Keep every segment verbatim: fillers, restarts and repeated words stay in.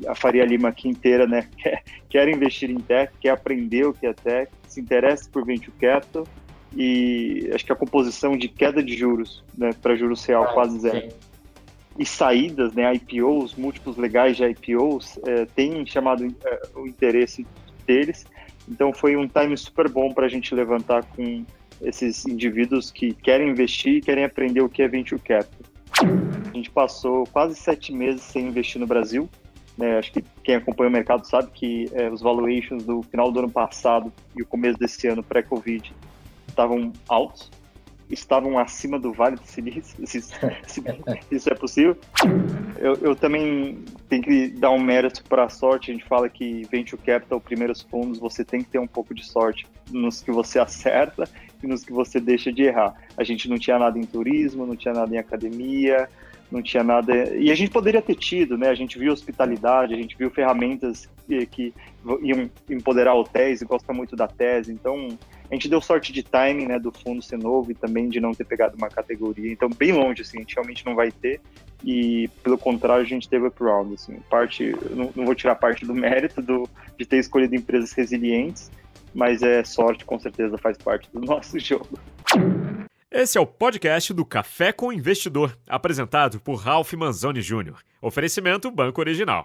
a Faria Lima aqui inteira, né, quer, quer investir em tech, quer aprender o que é tech, se interessa por venture capital, e acho que a composição de queda de juros, né, para juros real ah, quase zero, sim. E saídas, né, I P Os, múltiplos legais de I P Os, é, tem chamado é, o interesse deles. Então foi um time super bom para a gente levantar com esses indivíduos que querem investir e querem aprender o que é venture capital. A gente passou quase sete meses sem investir no Brasil. Né? Acho que quem acompanha o mercado sabe que é, os valuations do final do ano passado e o começo desse ano, pré-Covid, estavam altos. Estavam acima do Vale do Silício, se, se, se isso é possível. Eu, eu também tenho que dar um mérito para a sorte. A gente fala que Venture Capital, primeiros fundos, você tem que ter um pouco de sorte nos que você acerta e nos que você deixa de errar. A gente não tinha nada em turismo, não tinha nada em academia, não tinha nada... E a gente poderia ter tido, né? A gente viu hospitalidade, a gente viu ferramentas que, que iam empoderar hotéis, e gosta muito da tese, então... A gente deu sorte de timing, né, do fundo ser novo e também de não ter pegado uma categoria. Então, bem longe, assim, a gente realmente não vai ter. E, pelo contrário, a gente teve up round, assim. Parte, não, não vou tirar parte do mérito do, de ter escolhido empresas resilientes, mas é sorte, com certeza, faz parte do nosso jogo. Esse é o podcast do Café com Investidor, apresentado por Ralph Manzoni Júnior Oferecimento Banco Original.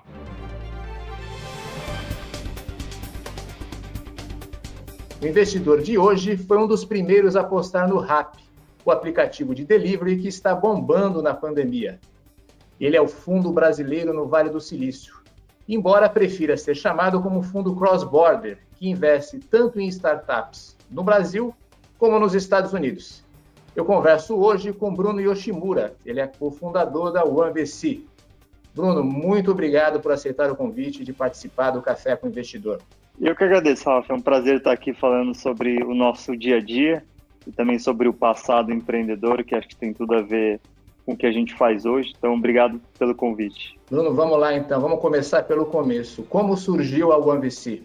O investidor de hoje foi um dos primeiros a apostar no Rappi, o aplicativo de delivery que está bombando na pandemia. Ele é o fundo brasileiro no Vale do Silício, embora prefira ser chamado como fundo cross-border, que investe tanto em startups no Brasil como nos Estados Unidos. Eu converso hoje com Bruno Yoshimura, ele é cofundador da OneVC. Bruno, muito obrigado por aceitar o convite de participar do Café com o Investidor. Eu que agradeço, Rafa. É um prazer estar aqui falando sobre o nosso dia a dia e também sobre o passado empreendedor, que acho que tem tudo a ver com o que a gente faz hoje. Então, obrigado pelo convite. Bruno, vamos lá então. Vamos começar pelo começo. Como surgiu a OneVC?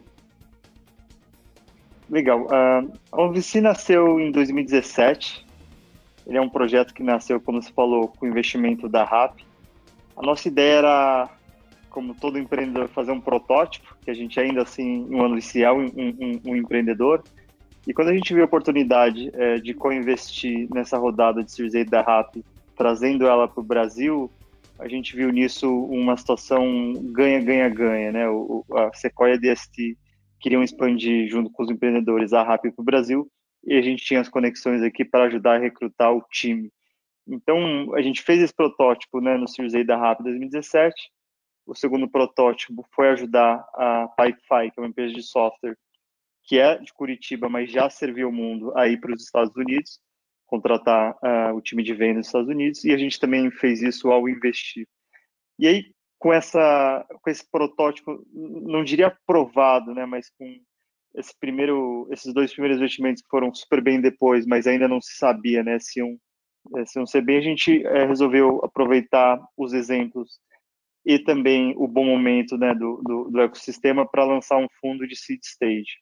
Legal. Uh, a OneVC nasceu em dois mil e dezessete. Ele é um projeto que nasceu, como você falou, com o investimento da Rappi. A nossa ideia era, como todo empreendedor, fazer um protótipo, que a gente ainda assim, um ano inicial, um, um, um empreendedor. E quando a gente viu a oportunidade é, de co-investir nessa rodada de Series A da Rappi, trazendo ela para o Brasil, a gente viu nisso uma situação ganha-ganha-ganha, né? O, a Sequoia D S T queriam expandir junto com os empreendedores a Rappi para o Brasil, e a gente tinha as conexões aqui para ajudar a recrutar o time. Então, a gente fez esse protótipo, né, no Series A da Rappi em dois mil e dezessete. O segundo protótipo foi ajudar a Pipefy, que é uma empresa de software que é de Curitiba, mas já serviu o mundo a ir para os Estados Unidos, contratar uh, o time de venda nos Estados Unidos, e a gente também fez isso ao investir. E aí, com, essa, com esse protótipo, não diria aprovado, né, mas com esse primeiro, esses dois primeiros investimentos que foram super bem depois, mas ainda não se sabia, né, se iam, se iam ser bem, a gente é, resolveu aproveitar os exemplos e também o bom momento, né, do, do, do ecossistema para lançar um fundo de seed stage.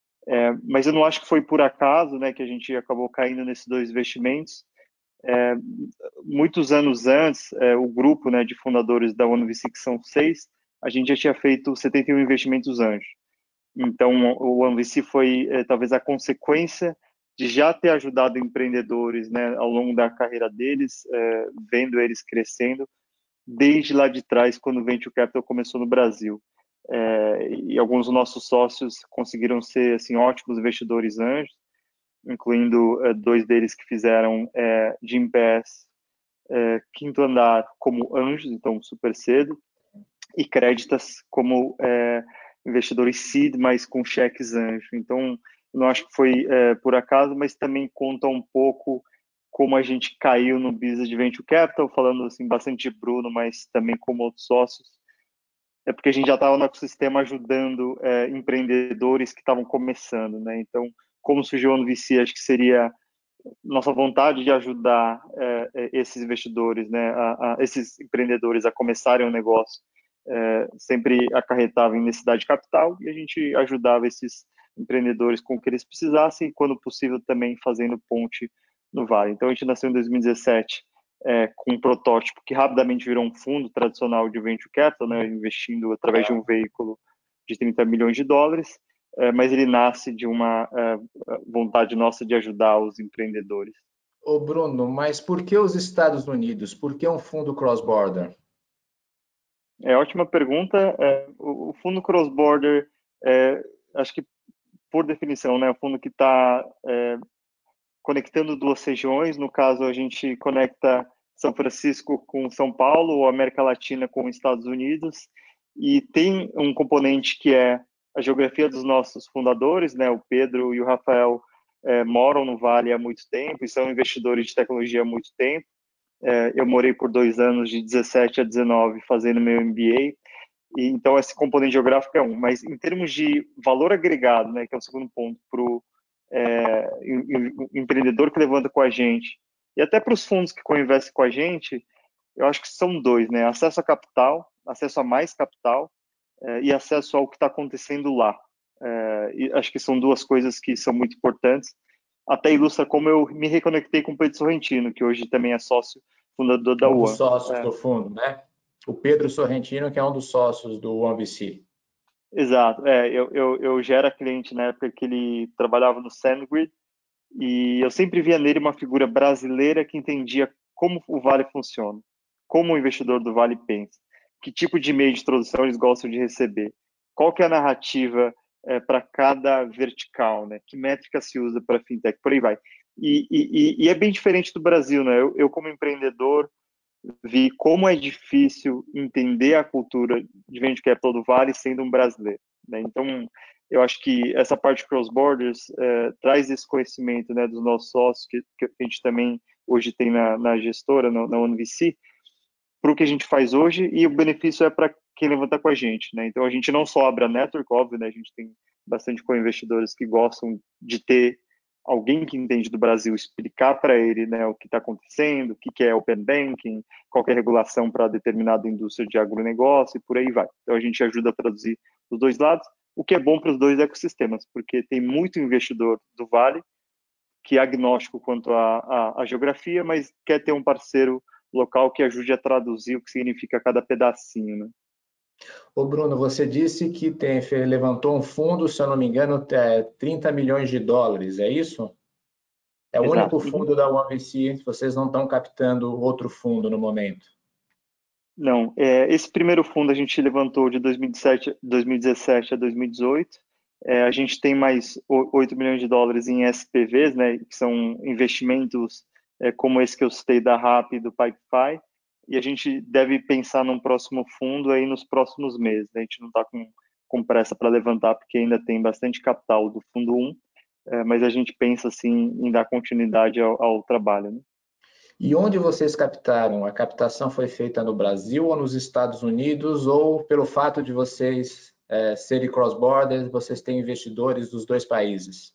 É, mas eu não acho que foi por acaso, né, que a gente acabou caindo nesses dois investimentos. É, muitos anos antes, é, o grupo, né, de fundadores da OneVC, que são seis, a gente já tinha feito setenta e um investimentos anjos. Então, o OneVC foi é, talvez a consequência de já ter ajudado empreendedores, né, ao longo da carreira deles, é, vendo eles crescendo, desde lá de trás, quando o Venture Capital começou no Brasil. É, e alguns dos nossos sócios conseguiram ser assim, ótimos investidores anjos, incluindo é, dois deles que fizeram é, Jim Pass, é, Quinto Andar como anjos, então super cedo, e Creditas como é, investidores seed, mas com cheques anjo. Então, não acho que foi é, por acaso, mas também conta um pouco como a gente caiu no business de Venture Capital, falando assim bastante de Bruno, mas também como outros sócios. É porque a gente já estava no ecossistema ajudando é, empreendedores que estavam começando, né? Então, como surgiu o OneVC, acho que seria nossa vontade de ajudar é, esses investidores, né, a, a, esses empreendedores a começarem um negócio, é, sempre acarretava em necessidade de capital, e a gente ajudava esses empreendedores com o que eles precisassem, e quando possível também fazendo ponte no Vale. Então, a gente nasceu em dois mil e dezessete é, com um protótipo que rapidamente virou um fundo tradicional de venture capital, né, investindo através de um veículo de trinta milhões de dólares, é, mas ele nasce de uma é, vontade nossa de ajudar os empreendedores. Ô Bruno, mas por que os Estados Unidos? Por que um fundo cross-border? É ótima pergunta. É, o, o fundo cross-border, é, acho que por definição, né, o fundo que está é, conectando duas regiões. No caso, a gente conecta São Francisco com São Paulo, ou América Latina com Estados Unidos, e tem um componente que é a geografia dos nossos fundadores, né? O Pedro e o Rafael é, moram no Vale há muito tempo e são investidores de tecnologia há muito tempo. É, eu morei por dois anos, de dezessete a dezenove, fazendo meu M B A, e, então esse componente geográfico é um. Mas em termos de valor agregado, né, que é o segundo ponto, para o é, empreendedor que levanta com a gente, e até para os fundos que co-investem com a gente, eu acho que são dois, né? Acesso a capital, acesso a mais capital, é, e acesso ao que está acontecendo lá. É, e acho que são duas coisas que são muito importantes. Até ilustra como eu me reconectei com o Pedro Sorrentino, que hoje também é sócio fundador da Um dos One. sócios É, do fundo, né? O Pedro Sorrentino, que é um dos sócios do One V C. exato. É, eu, eu, eu já era cliente na época que ele trabalhava no SandGrid, e eu sempre via nele uma figura brasileira que entendia como o Vale funciona, como o investidor do Vale pensa, que tipo de e-mail de introdução eles gostam de receber, qual que é a narrativa é, para cada vertical, né? Que métrica se usa para fintech, por aí vai. E, e, e é bem diferente do Brasil, né? Eu, eu, como empreendedor, vi como é difícil entender a cultura de venture capital do Vale sendo um brasileiro, né? Então, eu acho que essa parte cross borders é, traz esse conhecimento, né, dos nossos sócios que, que a gente também hoje tem na, na gestora, no, na One V C, para o que a gente faz hoje, e o benefício é para quem levanta com a gente, né? Então a gente não só abre a network, óbvio, né? A gente tem bastante co-investidores que gostam de ter alguém que entende do Brasil explicar para ele, né, o que está acontecendo, o que, que é open banking, qual é a regulação para determinada indústria de agronegócio e por aí vai. Então a gente ajuda a traduzir os dois lados, o que é bom para os dois ecossistemas, porque tem muito investidor do Vale que é agnóstico quanto à geografia, mas quer ter um parceiro local que ajude a traduzir o que significa cada pedacinho, né? Ô Bruno, você disse que tem, levantou um fundo, se eu não me engano, é trinta milhões de dólares, é isso? É o Exato. único Uhum. fundo da One V C, vocês não estão captando outro fundo no momento. Não, é, esse primeiro fundo a gente levantou de dois mil e dezessete a dois mil e dezoito. É, a gente tem mais oito milhões de dólares em S P Vs, né, que são investimentos é, como esse que eu citei da RAP e do Pipefy, e a gente deve pensar num próximo fundo aí nos próximos meses, né? A gente não está com, com pressa para levantar, porque ainda tem bastante capital do fundo um, é, mas a gente pensa, assim, em dar continuidade ao, ao trabalho, né? E onde vocês captaram? A captação foi feita no Brasil ou nos Estados Unidos, ou pelo fato de vocês é, serem cross-border, vocês têm investidores dos dois países?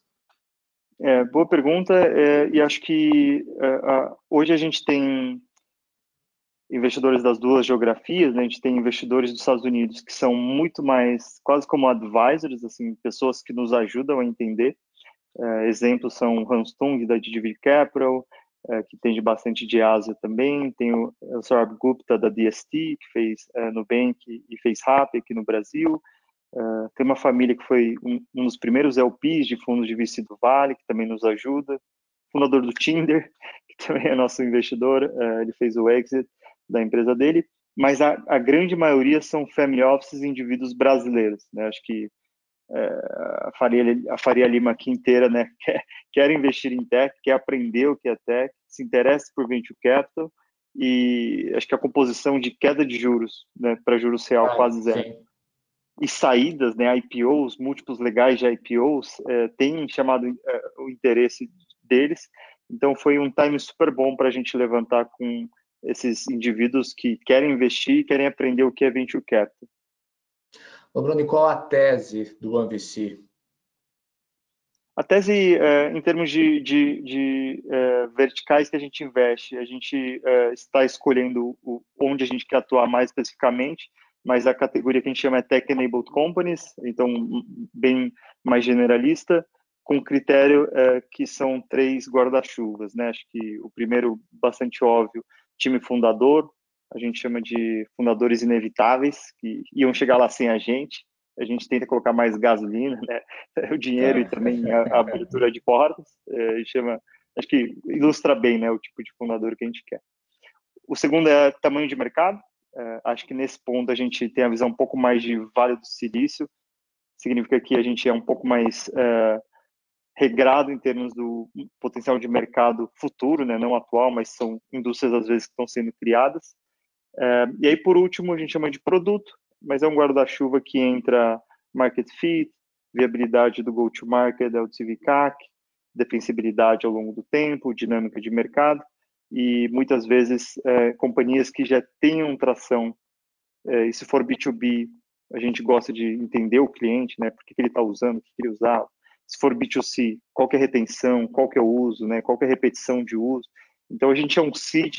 É, boa pergunta, é, e acho que é, a, hoje a gente tem investidores das duas geografias, né? A gente tem investidores dos Estados Unidos que são muito mais, quase como advisors, assim, pessoas que nos ajudam a entender. É, exemplos são o Hans Tung, da D D V Capital, é, que entende bastante de Ásia também, tem o, o Saurabh Gupta, da D S T, que fez é, Nubank e fez Rappi aqui no Brasil. Uh, tem uma família que foi um, um dos primeiros L Ps de fundos de V C do Vale, que também nos ajuda. Fundador do Tinder, que também é nosso investidor, uh, ele fez o exit da empresa dele. Mas a, a grande maioria são family offices e indivíduos brasileiros, né? Acho que uh, a, Faria, a Faria Lima aqui inteira, né, quer, quer investir em tech, quer aprender o que é tech, se interessa por venture capital, e acho que a composição de queda de juros, né, para juros real Ah, quase zero, sim. e saídas, né, I P Os, múltiplos legais de I P Os, é, têm chamado é, o interesse deles. Então, foi um time super bom para a gente levantar com esses indivíduos que querem investir e querem aprender o que é Venture Capital. Ô Bruno, e qual a tese do One V C? A tese, é, em termos de, de, de é, verticais que a gente investe, a gente é, está escolhendo o, onde a gente quer atuar mais especificamente, mas a categoria que a gente chama é Tech-Enabled Companies, então bem mais generalista, com critério é, que são três guarda-chuvas, né? Acho que o primeiro, bastante óbvio, time fundador, a gente chama de fundadores inevitáveis, que iam chegar lá sem a gente. A gente tenta colocar mais gasolina, né? O dinheiro e também a, a abertura de portas. É, chama, acho que ilustra bem, né, o tipo de fundador que a gente quer. O segundo é tamanho de mercado. É, acho que nesse ponto a gente tem a visão um pouco mais de Vale do Silício. Significa que a gente é um pouco mais é, regrado em termos do potencial de mercado futuro, né? Não atual, mas são indústrias às vezes que estão sendo criadas. É, e aí, por último, a gente chama de produto, mas é um guarda-chuva que entra market fit, viabilidade do go-to-market, L T V C A C, defensibilidade ao longo do tempo, dinâmica de mercado, e muitas vezes é, companhias que já tenham tração, é, e se for B dois B, a gente gosta de entender o cliente, né, por que, que ele está usando, o que, que ele usava. Se for B dois C, qual que é a retenção, qual que é o uso, né, qual que é a repetição de uso. Então, a gente é um seed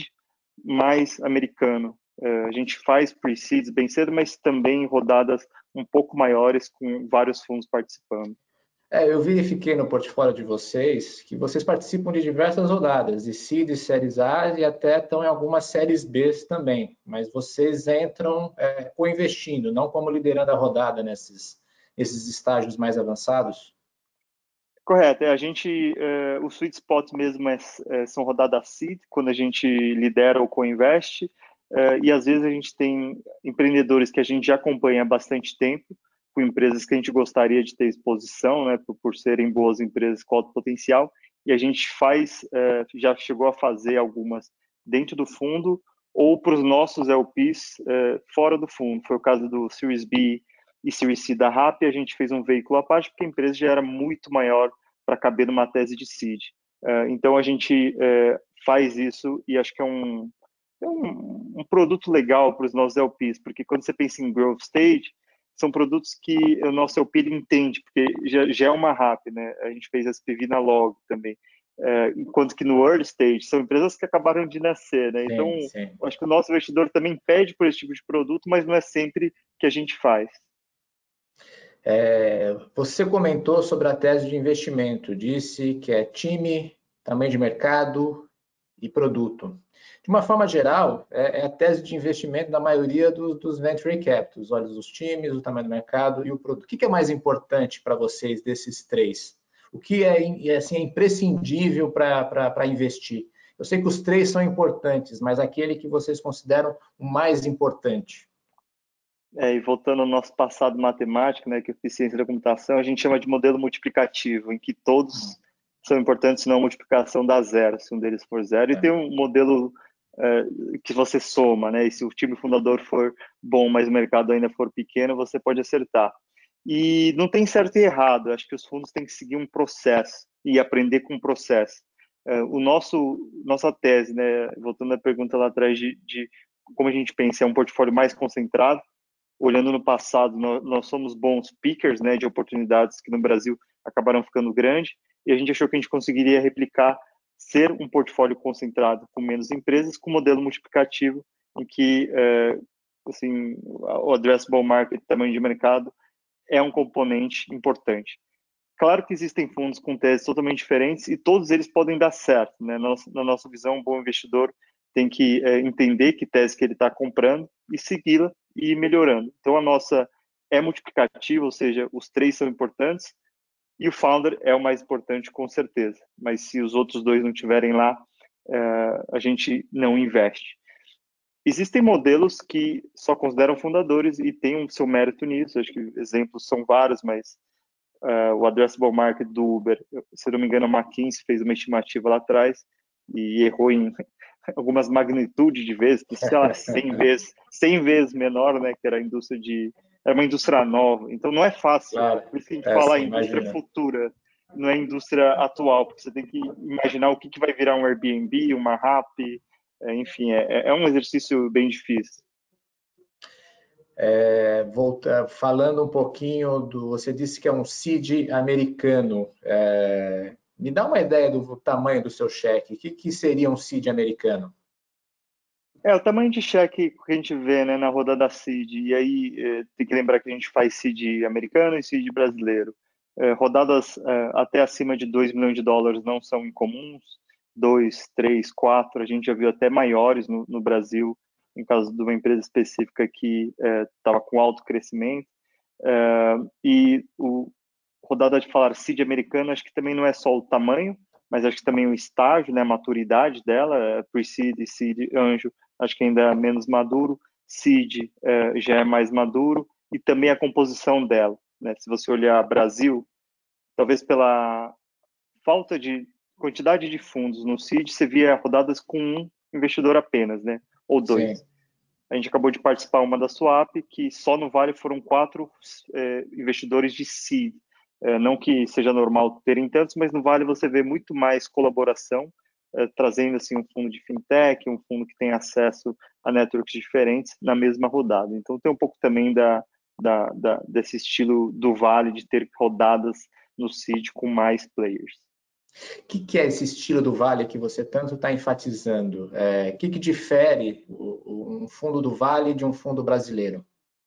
mais americano. Uh, a gente faz pre-seeds bem cedo, mas também rodadas um pouco maiores com vários fundos participando. É, eu verifiquei no portfólio de vocês que vocês participam de diversas rodadas, de seed, séries A e até estão em algumas séries B também, mas vocês entram é, co-investindo, não como liderando a rodada nesses, nesses estágios mais avançados? Correto, é, a gente, é, o sweet spot mesmo é, é, são rodadas seed, quando a gente lidera ou co-investe, é, e às vezes a gente tem empreendedores que a gente já acompanha há bastante tempo, com empresas que a gente gostaria de ter exposição, né, por, por serem boas empresas com alto potencial, e a gente faz, é, já chegou a fazer algumas dentro do fundo, ou para os nossos L Ps é, fora do fundo. Foi o caso do Series B e Series C da Rappi, a gente fez um veículo à parte, porque a empresa já era muito maior para caber numa tese de seed. Uh, então, a gente uh, faz isso e acho que é um, é um, um produto legal para os nossos L Ps, porque quando você pensa em growth stage, são produtos que o nosso L P ele entende, porque já, já é uma Rappi, né? A gente fez S P V na Log também. Uh, enquanto que no early stage, são empresas que acabaram de nascer, né? Sim, então, sim. acho que o nosso investidor também pede por esse tipo de produto, mas não é sempre que a gente faz. É, você comentou sobre a tese de investimento, disse que é time, tamanho de mercado e produto. De uma forma geral, é, é a tese de investimento da maioria do, dos venture capital, os olhos dos times, o tamanho do mercado e o produto. O que é mais importante para vocês desses três? O que é, assim, é imprescindível para investir? Eu sei que os três são importantes, mas aquele que vocês consideram o mais importante? É, e voltando ao nosso passado matemático, né, que é eficiência da computação, a gente chama de modelo multiplicativo, em que todos são importantes, senão a multiplicação dá zero, se um deles for zero. E tem um modelo é, que você soma, né, e se o time fundador for bom, mas o mercado ainda for pequeno, você pode acertar. E não tem certo e errado, acho que os fundos têm que seguir um processo e aprender com o processo. É, o nosso, nossa tese, né, voltando à pergunta lá atrás de, de como a gente pensa, é um portfólio mais concentrado. Olhando no passado, nós, nós somos bons pickers, né, de oportunidades que no Brasil acabaram ficando grandes, e a gente achou que a gente conseguiria replicar, ser um portfólio concentrado com menos empresas, com modelo multiplicativo, em que é, assim, o addressable market, tamanho de mercado, é um componente importante. Claro que existem fundos com teses totalmente diferentes e todos eles podem dar certo, né? Na nossa, na nossa visão, um bom investidor tem que é, entender que tese que ele está comprando e segui-la e ir melhorando. Então, a nossa é multiplicativa, ou seja, os três são importantes e o founder é o mais importante, com certeza. Mas se os outros dois não estiverem lá, é, a gente não investe. Existem modelos que só consideram fundadores e tem o seu mérito nisso. Acho que exemplos são vários, mas uh, o addressable market do Uber, se não me engano, a McKinsey fez uma estimativa lá atrás e errou em algumas magnitudes de vezes, sei lá, cem vezes, cem vezes menor, né, que era a indústria de, era uma indústria nova, então não é fácil, Claro, por isso que a gente é, fala sim, indústria imagina. futura, não é indústria atual, porque você tem que imaginar o que, que vai virar um Airbnb, uma Rappi, é, enfim, é, é um exercício bem difícil. É, volta, falando um pouquinho do, você disse que é um seed americano, é, me dá uma ideia do tamanho do seu cheque, o que, que seria um seed americano? É, o tamanho de cheque que a gente vê, né, na rodada seed, e aí é, tem que lembrar que a gente faz seed americano e seed brasileiro. É, rodadas é, até acima de dois milhões de dólares não são incomuns, dois, três, quatro, a gente já viu até maiores no, no Brasil, em caso de uma empresa específica que estava é, com alto crescimento. É, e o rodada de falar seed americano, acho que também não é só o tamanho, mas acho que também o estágio, né, a maturidade dela, é, pre-seed, seed, anjo, acho que ainda é menos maduro, seed é, já é mais maduro, e também a composição dela, né? Se você olhar Brasil, talvez pela falta de quantidade de fundos no seed, você via rodadas com um investidor apenas, né? Ou Sim. dois. A gente acabou de participar uma da Swap, que só no Vale foram quatro é, investidores de seed. É, não que seja normal terem tantos, mas no Vale você vê muito mais colaboração, é, trazendo assim um fundo de fintech, um fundo que tem acesso a networks diferentes na mesma rodada. Então tem um pouco também da, da, da desse estilo do Vale de ter rodadas no seed com mais players. O que, que é esse estilo do Vale que você tanto está enfatizando? É, o que, que difere o, o, um fundo do Vale de um fundo brasileiro?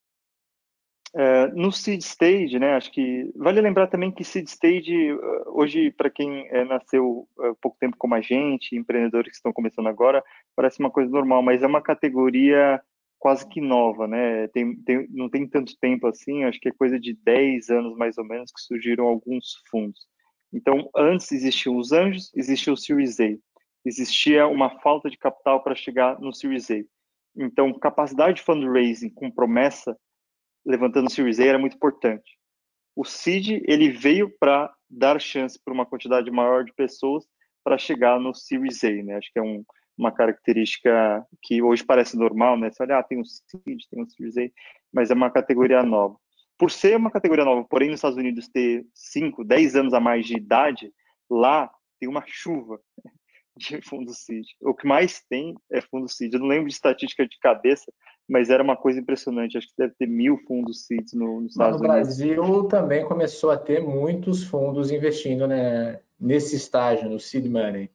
É, no seed stage, né, acho que vale lembrar também que seed stage, hoje, para quem é, nasceu há pouco tempo como a gente, empreendedores que estão começando agora, parece uma coisa normal, mas é uma categoria quase que nova, né? Tem, tem, não tem tanto tempo assim, acho que é coisa de dez anos mais ou menos que surgiram alguns fundos. Então, antes existiam os anjos, existia o Series A. Existia uma falta de capital para chegar no Series A. Então, capacidade de fundraising com promessa levantando o Series A era muito importante. O seed ele veio para dar chance para uma quantidade maior de pessoas para chegar no Series A, né? Acho que é um, uma característica que hoje parece normal, né? Você olha, ah, tem um seed, tem um Series A, mas é uma categoria nova. Por ser uma categoria nova, porém nos Estados Unidos ter cinco, dez anos a mais de idade, lá tem uma chuva de fundo seed. O que mais tem é fundo seed. Eu não lembro de estatística de cabeça, mas era uma coisa impressionante. Acho que deve ter mil fundos seeds no, nos Mas Estados no Unidos. Brasil também começou a ter muitos fundos investindo, né, nesse estágio, no seed money.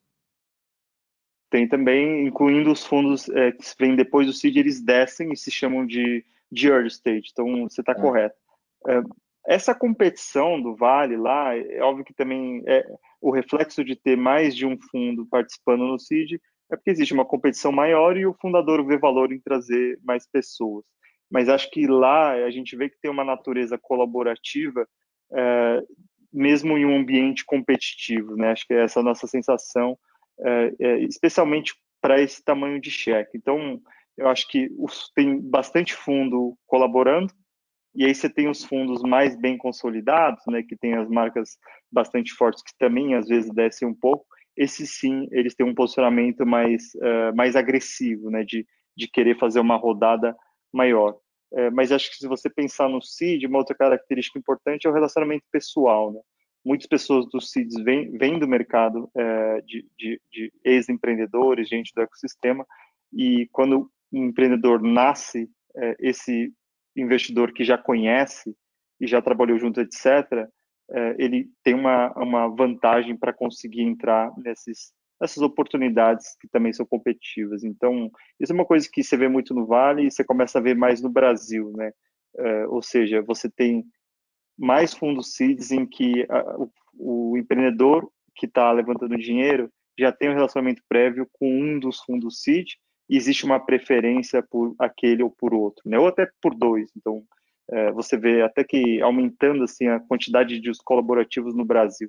Tem também, incluindo os fundos é, que vêm depois do seed, eles descem e se chamam de, de early stage. Então, você está Ah, correto. É, essa competição do Vale lá, é óbvio que também é o reflexo de ter mais de um fundo participando no seed, é porque existe uma competição maior e o fundador vê valor em trazer mais pessoas. Mas acho que lá a gente vê que tem uma natureza colaborativa, é, mesmo em um ambiente competitivo, né? Acho que é essa a nossa sensação, é, é, especialmente para esse tamanho de cheque. Então, eu acho que os, tem bastante fundo colaborando, e aí você tem os fundos mais bem consolidados, né, que tem as marcas bastante fortes que também às vezes descem um pouco. Esses sim, eles têm um posicionamento mais, uh, mais agressivo, né, de, de querer fazer uma rodada maior. Uh, mas acho que se você pensar no seed, uma outra característica importante é o relacionamento pessoal, né? Muitas pessoas dos seeds vêm, vêm do mercado uh, de, de, de ex-empreendedores, gente do ecossistema, e quando um empreendedor nasce, uh, esse investidor que já conhece e já trabalhou junto, etcétera, ele tem uma, uma vantagem para conseguir entrar nesses, nessas oportunidades que também são competitivas. Então, isso é uma coisa que você vê muito no Vale e você começa a ver mais no Brasil, né? Ou seja, você tem mais fundos seeds em que a, o, o empreendedor que está levantando dinheiro já tem um relacionamento prévio com um dos fundos seed e existe uma preferência por aquele ou por outro, né? Ou até por dois. Então, é, você vê até que aumentando assim a quantidade de os colaborativos no Brasil.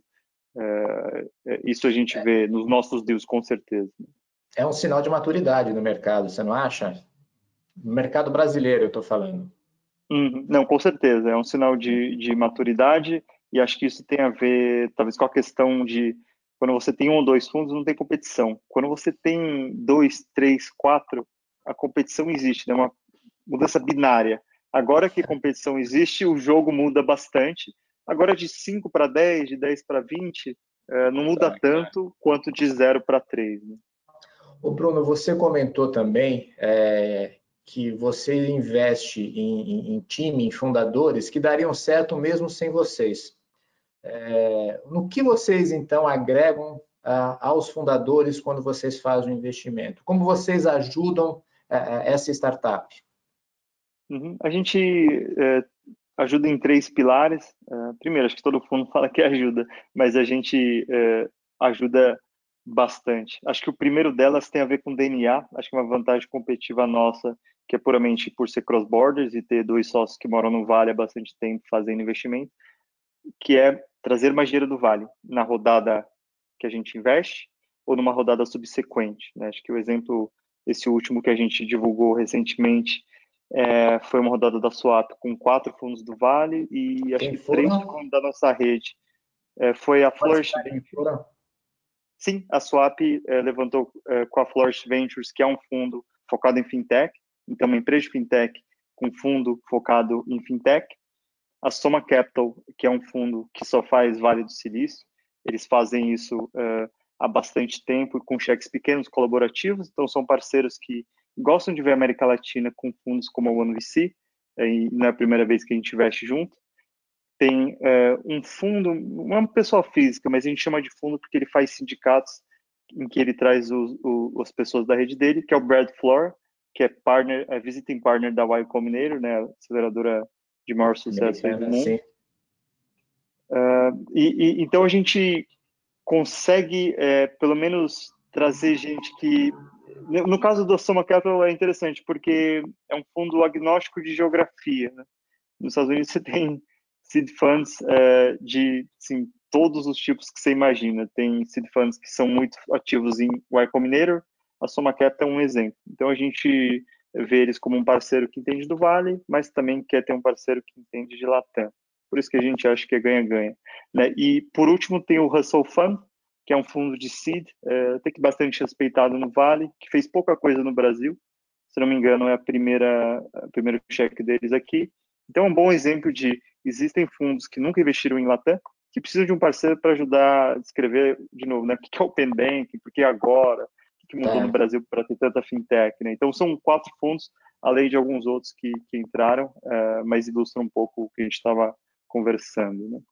É, é, isso a gente vê nos nossos deals, com certeza. é um sinal de maturidade no mercado, você não acha? No mercado brasileiro, eu estou falando. Uhum. Não, com certeza. É um sinal de, de maturidade e acho que isso tem a ver, talvez, com a questão de quando você tem um ou dois fundos, não tem competição. Quando você tem dois, três, quatro, a competição existe, é né? Uma mudança binária. Agora que a competição existe, o jogo muda bastante. Agora de cinco para dez, de dez para vinte, eh, não muda Tá. tanto quanto de zero para três. Né? O Bruno, você comentou também é, que você investe em, em, em time, em fundadores que dariam certo mesmo sem vocês. É, no que vocês, então, agregam a, aos fundadores quando vocês fazem o investimento? Como vocês ajudam a, essa startup? Uhum. A gente é, ajuda em três pilares. Uh, primeiro, acho que todo mundo fala que ajuda, mas a gente uh, ajuda Bastante. Acho que o primeiro delas tem a ver com D N A, acho que é uma vantagem competitiva nossa, que é puramente por ser cross-borders e ter dois sócios que moram no Vale há bastante tempo fazendo investimento, que é trazer mais dinheiro do Vale na rodada que a gente investe ou numa rodada subsequente, né? Acho que o exemplo, esse último que a gente divulgou recentemente, é, foi uma rodada da Swap com quatro fundos do Vale e acho Quem que três foram? fundos da nossa rede. É, foi a Pode Flourish citar quem Ventures. foram? Sim, a Swap é, levantou é, com a Flourish Ventures, que é um fundo focado em fintech, então uma empresa de fintech com fundo focado em fintech. A Soma Capital, que é um fundo que só faz Vale do Silício, eles fazem isso uh, há bastante tempo com cheques pequenos colaborativos, então são parceiros que gostam de ver a América Latina com fundos como a One V C, e não é a primeira vez que a gente investe junto. Tem uh, um fundo, não é uma pessoa física, mas a gente chama de fundo porque ele faz sindicatos em que ele traz os, os, as pessoas da rede dele, que é o Brad Floor, que é partner, é visiting partner da Y Combinator, né, a aceleradora de maior sucesso aí do Americana, mundo. sim. Uh, e, e, então a gente consegue, é, pelo menos, trazer gente que... No caso do Soma Capital é interessante, porque é um fundo agnóstico de geografia, né? Nos Estados Unidos você tem seed funds é, de assim, todos os tipos que você imagina. Tem seed funds que são muito ativos em Y Combinator, a Soma Capital é um exemplo. Então a gente vê eles como um parceiro que entende do Vale, mas também quer ter um parceiro que entende de Latam. Por isso que a gente acha que é ganha-ganha. Né? E, por último, tem o Hustle Fund, que é um fundo de seed, é, até que bastante respeitado no Vale, que fez pouca coisa no Brasil. Se não me engano, é a primeira, a primeiro cheque deles aqui. Então, é um bom exemplo de existem fundos que nunca investiram em Latam, que precisam de um parceiro para ajudar a descrever, de novo, né, o que é Open Banking, por que agora, o que mudou no Certo. Brasil para ter tanta fintech. Né? Então, são quatro fundos, além de alguns outros que, que entraram, uh, mas ilustram um pouco o que a gente estava conversando. Né?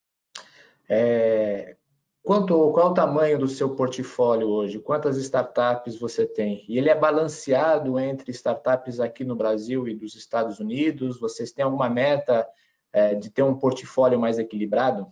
É, quanto, qual é o tamanho do seu portfólio hoje? Quantas startups você tem? E ele é balanceado entre startups aqui no Brasil e dos Estados Unidos? Vocês têm alguma meta é, de ter um portfólio mais equilibrado?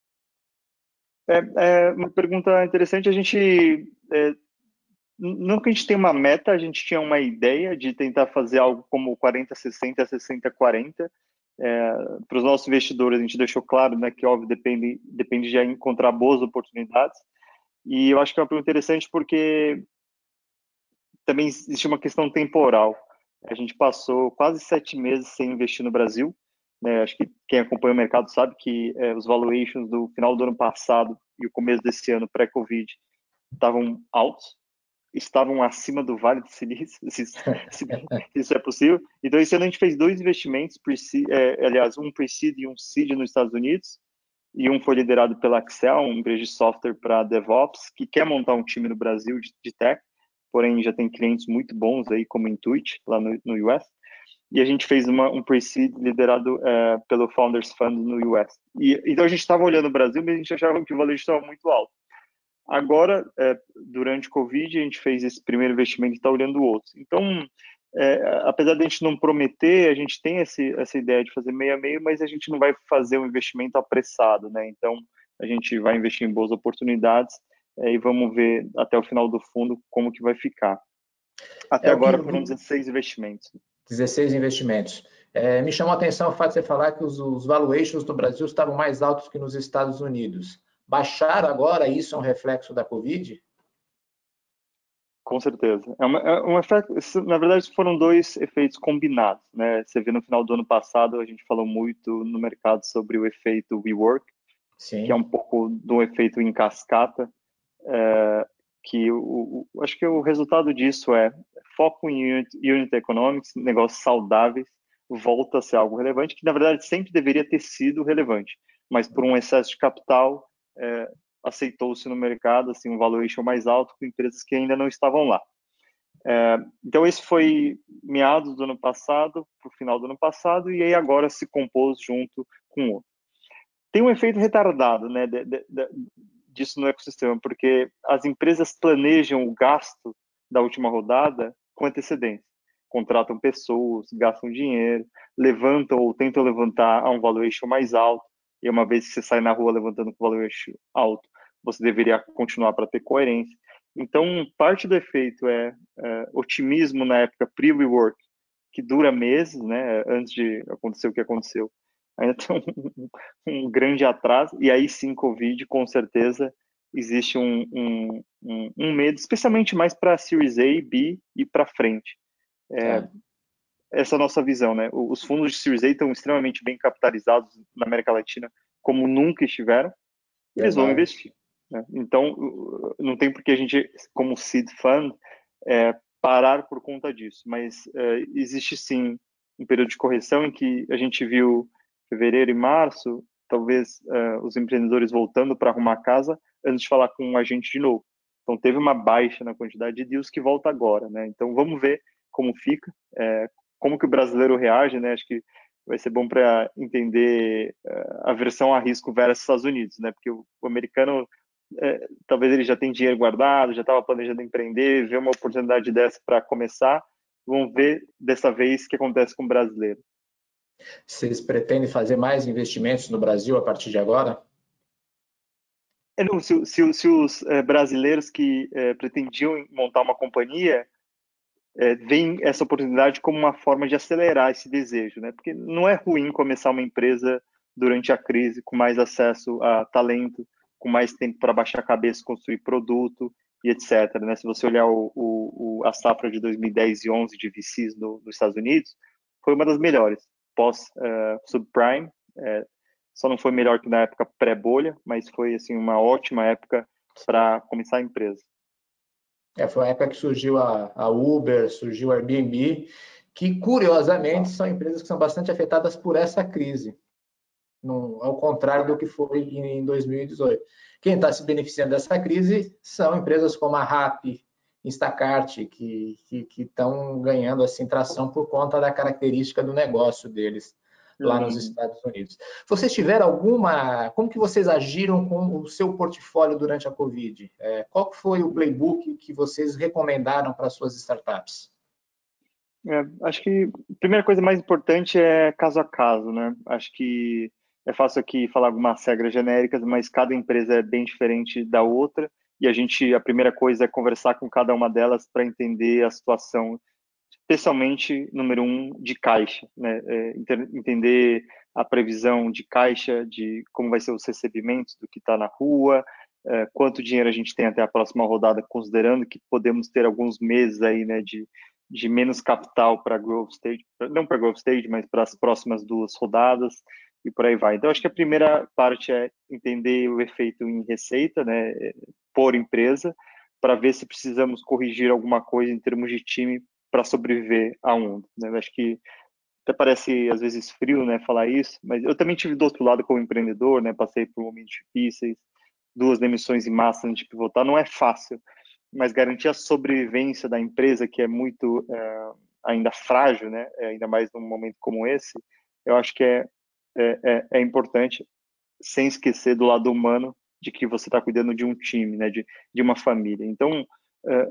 É, é uma pergunta interessante. A gente, é, não que a gente tenha uma meta, a gente tinha uma ideia de tentar fazer algo como quarenta sessenta, sessenta quarenta. É, para os nossos investidores, a gente deixou claro, né, que óbvio depende, depende de encontrar boas oportunidades. E eu acho que é uma pergunta interessante porque também existe uma questão temporal. A gente passou quase sete meses sem investir no Brasil. Né? Acho que quem acompanha o mercado sabe que é, os valuations do final do ano passado e o começo desse ano, pré-Covid, estavam altos, estavam acima do Vale do Silício, se, se, se isso é possível. Então, esse ano a gente fez dois investimentos, é, aliás, um pre-seed e um seed nos Estados Unidos, e um foi liderado pela Accel, uma empresa de software para DevOps, que quer montar um time no Brasil de, de tech, porém já tem clientes muito bons aí, como Intuit, lá no, no U S. E a gente fez uma, um pre-seed liderado é, pelo Founders Fund no U S. E, então a gente estava olhando o Brasil, mas a gente achava que o valor estava muito alto. Agora, é, durante o Covid, a gente fez esse primeiro investimento e está olhando o outro. Então, é, apesar de a gente não prometer, a gente tem esse, essa ideia de fazer meio a meio, mas a gente não vai fazer um investimento apressado, né? Então, a gente vai investir em boas oportunidades é, e vamos ver até o final do fundo como que vai ficar. Até É o que agora foram dezesseis investimentos. dezesseis investimentos. É, me chamou a atenção o fato de você falar que os, os valuations no Brasil estavam mais altos que nos Estados Unidos. Baixaram agora, isso é um reflexo da Covid? Com certeza. É uma, é um efeito, na verdade, foram dois efeitos combinados, né? Você vê no final do ano passado, a gente falou muito no mercado sobre o efeito WeWork, Sim. que é um pouco do efeito em cascata, é, que o, o, acho que o resultado disso é foco em unit, unit economics, negócios saudáveis, volta a ser algo relevante, que na verdade sempre deveria ter sido relevante, mas por um excesso de capital, é, aceitou-se no mercado assim um valuation mais alto com empresas que ainda não estavam lá. É, então esse foi meados do ano passado, para o final do ano passado, e aí agora se compôs junto com o outro. Tem um efeito retardado, né, de, de, de, disso no ecossistema, porque as empresas planejam o gasto da última rodada com antecedência. Contratam pessoas, gastam dinheiro, levantam ou tentam levantar a um valuation mais alto, e uma vez que você sai na rua levantando com valuation alto, você deveria continuar para ter coerência. Então, parte do efeito é, é otimismo na época pre-rework, que dura meses, né, antes de acontecer o que aconteceu. Ainda tem um, um grande atraso, e aí sim, Covid, com certeza, existe um, um, um, um medo, especialmente mais para Series A, B e para frente. É, Tá. Essa é a nossa visão, né? Os fundos de Series A estão extremamente bem capitalizados na América Latina, como nunca estiveram, eles vão Verdade. investir, né? Então, não tem por que a gente, como seed fund, é, parar por conta disso, mas é, existe sim um período de correção em que a gente viu fevereiro e março, talvez é, os empreendedores voltando para arrumar a casa antes de falar com o agente de novo. Então, teve uma baixa na quantidade de deals que volta agora, né? Então, vamos ver como fica, é, como que o brasileiro reage, né? Acho que vai ser bom para entender uh, a versão a risco versus Estados Unidos, né? Porque o, o americano, é, talvez ele já tem dinheiro guardado, já estava planejando empreender, vê uma oportunidade dessa para começar, vamos ver dessa vez o que acontece com o brasileiro. Vocês pretendem fazer mais investimentos no Brasil a partir de agora? É, não, se, se, se os é, brasileiros que é, pretendiam montar uma companhia É, veem essa oportunidade como uma forma de acelerar esse desejo, né? Porque não é ruim começar uma empresa durante a crise com mais acesso a talento, com mais tempo para baixar a cabeça, construir produto e etcétera. Né? Se você olhar o, o, a safra de dois mil e dez e onze de V Cs no, nos Estados Unidos, foi uma das melhores, pós-subprime. Uh, é, só não foi melhor que na época pré-bolha, mas foi assim uma ótima época para começar a empresa. É, foi a época que surgiu a, a Uber, surgiu a Airbnb, que curiosamente são empresas que são bastante afetadas por essa crise, no, ao contrário do que foi em, em dois mil e dezoito. Quem está se beneficiando dessa crise são empresas como a Rappi, Instacart, que estão ganhando assim, tração por conta da característica do negócio deles lá nos Uhum. Estados Unidos. Vocês tiveram alguma... Como que vocês agiram com o seu portfólio durante a Covid? É, qual foi o playbook que vocês recomendaram para suas startups? É, acho que a primeira coisa mais importante é caso a caso, né? Acho que é fácil aqui falar algumas regras genéricas, mas cada empresa é bem diferente da outra e a gente, a primeira coisa é conversar com cada uma delas para entender a situação, especialmente, número um, de caixa, né? É, entender a previsão de caixa, de como vai ser os recebimentos do que está na rua, é, quanto dinheiro a gente tem até a próxima rodada, considerando que podemos ter alguns meses aí, né, de de menos capital para growth stage, não para growth stage, mas para as próximas duas rodadas e por aí vai. Então, acho que a primeira parte é entender o efeito em receita, né, por empresa, para ver se precisamos corrigir alguma coisa em termos de time para sobreviver à onda. Né? Acho que até parece às vezes frio, né, falar isso, mas eu também tive do outro lado como empreendedor, né, passei por momentos difíceis, duas demissões em massa antes de pivotar, não é fácil, mas garantir a sobrevivência da empresa, que é muito é, ainda frágil, né, ainda mais num momento como esse, eu acho que é, é, é, é importante, sem esquecer do lado humano de que você está cuidando de um time, né, de, de uma família. Então, é,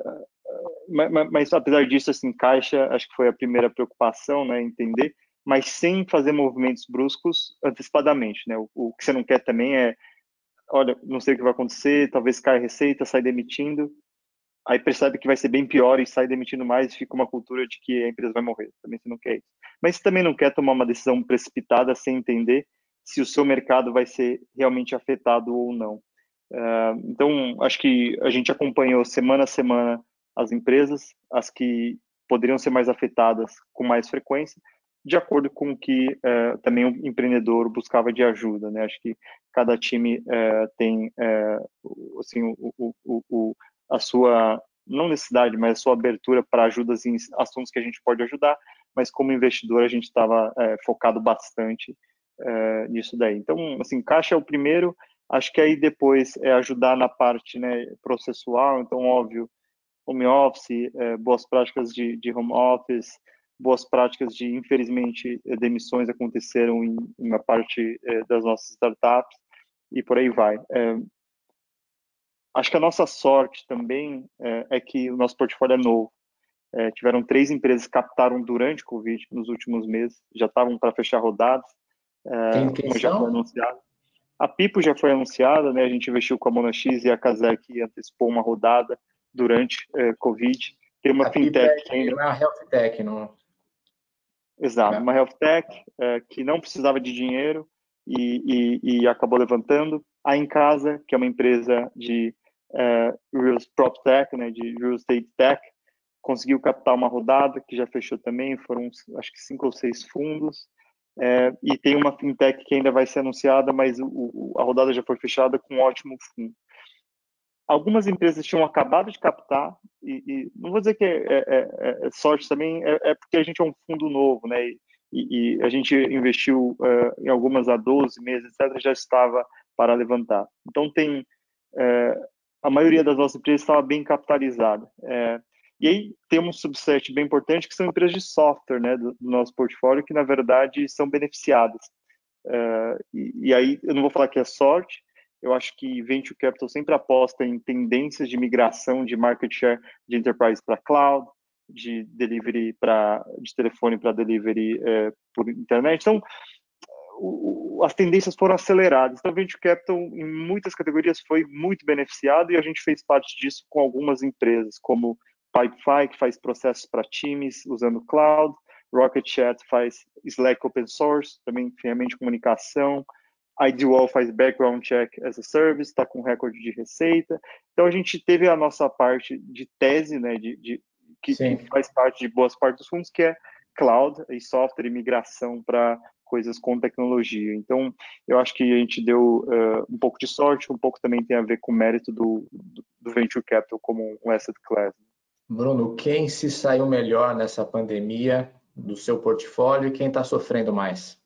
mas, mas apesar disso, assim, caixa, acho que foi a primeira preocupação, né, entender, mas sem fazer movimentos bruscos antecipadamente, né, o, o que você não quer também é, olha, não sei o que vai acontecer, talvez caia a receita, sai demitindo, aí percebe que vai ser bem pior e sai demitindo mais e fica uma cultura de que a empresa vai morrer. Também você não quer isso. Mas você também não quer tomar uma decisão precipitada sem entender se o seu mercado vai ser realmente afetado ou não. Uh, então, acho que a gente acompanhou semana a semana as empresas, as que poderiam ser mais afetadas com mais frequência, de acordo com o que uh, também o empreendedor buscava de ajuda, né? Acho que cada time uh, tem assim, o, o, o, a sua, não necessidade, mas a sua abertura para ajudas em assuntos que a gente pode ajudar, mas como investidor a gente estava focado bastante nisso daí. Então, assim, caixa é o primeiro. Acho que aí depois é ajudar na parte, né, processual, então, óbvio, home office, é, boas práticas de, de home office, boas práticas de, infelizmente, demissões aconteceram em, em uma parte é, das nossas startups e por aí vai. É, acho que a nossa sorte também é, é que o nosso portfólio é novo. É, tiveram três empresas que captaram durante o Covid nos últimos meses, já estavam para fechar rodadas, é, Quem, quem uma já foi são? anunciada. A Pipo já foi anunciada, né? A gente investiu com a Monax e a Kazek antecipou uma rodada durante eh, Covid. Tem uma A Pipo fintech é que ainda... uma health tech, não? Exato, uma health tech eh, que não precisava de dinheiro e, e, e acabou levantando. A Em Casa, que é uma empresa de eh, real prop tech, né? De real estate tech, conseguiu captar uma rodada que já fechou também, foram acho que cinco ou seis fundos. É, e tem uma fintech que ainda vai ser anunciada, mas o, o, a rodada já foi fechada com um ótimo fundo. Algumas empresas tinham acabado de captar, e, e não vou dizer que é, é, é, é sorte também, é, é porque a gente é um fundo novo, né? E, e a gente investiu uh, em algumas há doze meses, etcétera, já estava para levantar. Então, tem uh, a maioria das nossas empresas estava bem capitalizada. Uh, e aí tem um subset bem importante que são empresas de software, né, do, do nosso portfólio, que na verdade são beneficiadas. Uh, e, e aí eu não vou falar que é sorte, eu acho que Venture Capital sempre aposta em tendências de migração de market share de enterprise para cloud, de delivery para de telefone para delivery uh, por internet. Então, o, as tendências foram aceleradas. Então, Venture Capital, em muitas categorias, foi muito beneficiado e a gente fez parte disso com algumas empresas, como Pipefy, que faz processos para times usando cloud, Rocket Chat faz Slack open source, também ferramenta de comunicação, Ideal faz background check as a service, está com recorde de receita. Então, a gente teve a nossa parte de tese, né, de, de que, que faz parte de boas partes dos fundos, que é cloud e software e migração para coisas com tecnologia. Então, eu acho que a gente deu uh, um pouco de sorte, um pouco também tem a ver com o mérito do, do, do Venture Capital como um asset class. Bruno, quem se saiu melhor nessa pandemia do seu portfólio e quem está sofrendo mais?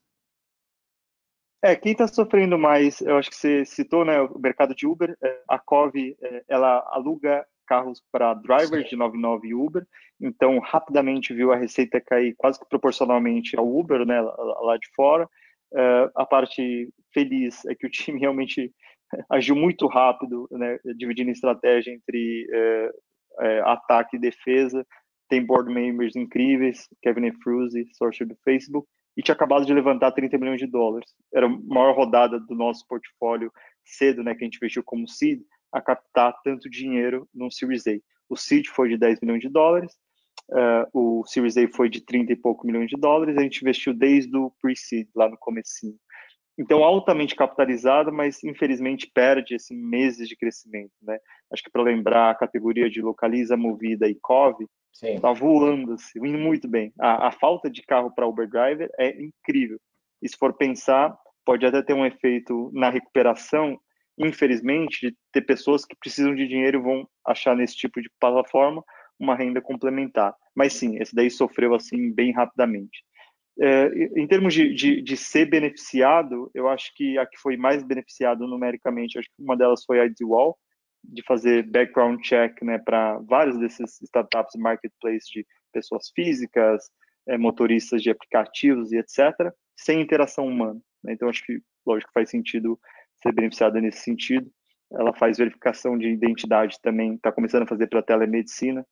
É, quem está sofrendo mais, eu acho que você citou, né, o mercado de Uber. A Cove, ela aluga carros para drivers de noventa e nove Uber, então rapidamente viu a receita cair quase que proporcionalmente ao Uber, né, lá de fora. Uh, a parte feliz é que o time realmente agiu muito rápido, né, dividindo estratégia entre uh, uh, ataque e defesa. Tem board members incríveis, Kevin Efrusi, sócio do Facebook, e tinha acabado de levantar trinta milhões de dólares. Era a maior rodada do nosso portfólio cedo, né, que a gente investiu como seed, a captar tanto dinheiro no Series A. O seed foi de dez milhões de dólares, uh, o Series A foi de trinta e pouco milhões de dólares, a gente investiu desde o pre-seed, lá no comecinho. Então, altamente capitalizada, mas infelizmente perde assim, meses de crescimento, né? Acho que para lembrar, a categoria de Localiza, Movida e Cove está voando, assim, indo muito bem. A, a falta de carro para Uber Driver é incrível. E se for pensar, pode até ter um efeito na recuperação, infelizmente, de ter pessoas que precisam de dinheiro e vão achar nesse tipo de plataforma uma renda complementar. Mas sim, esse daí sofreu assim bem rapidamente. É, em termos de, de, de ser beneficiado, eu acho que a que foi mais beneficiada numericamente, acho que uma delas foi a Ideal, de fazer background check, né, para vários desses startups marketplace de pessoas físicas, é, motoristas de aplicativos e etcétera, sem interação humana. Né? Então, acho que, lógico, faz sentido ser beneficiada nesse sentido. Ela faz verificação de identidade também, está começando a fazer para telemedicina,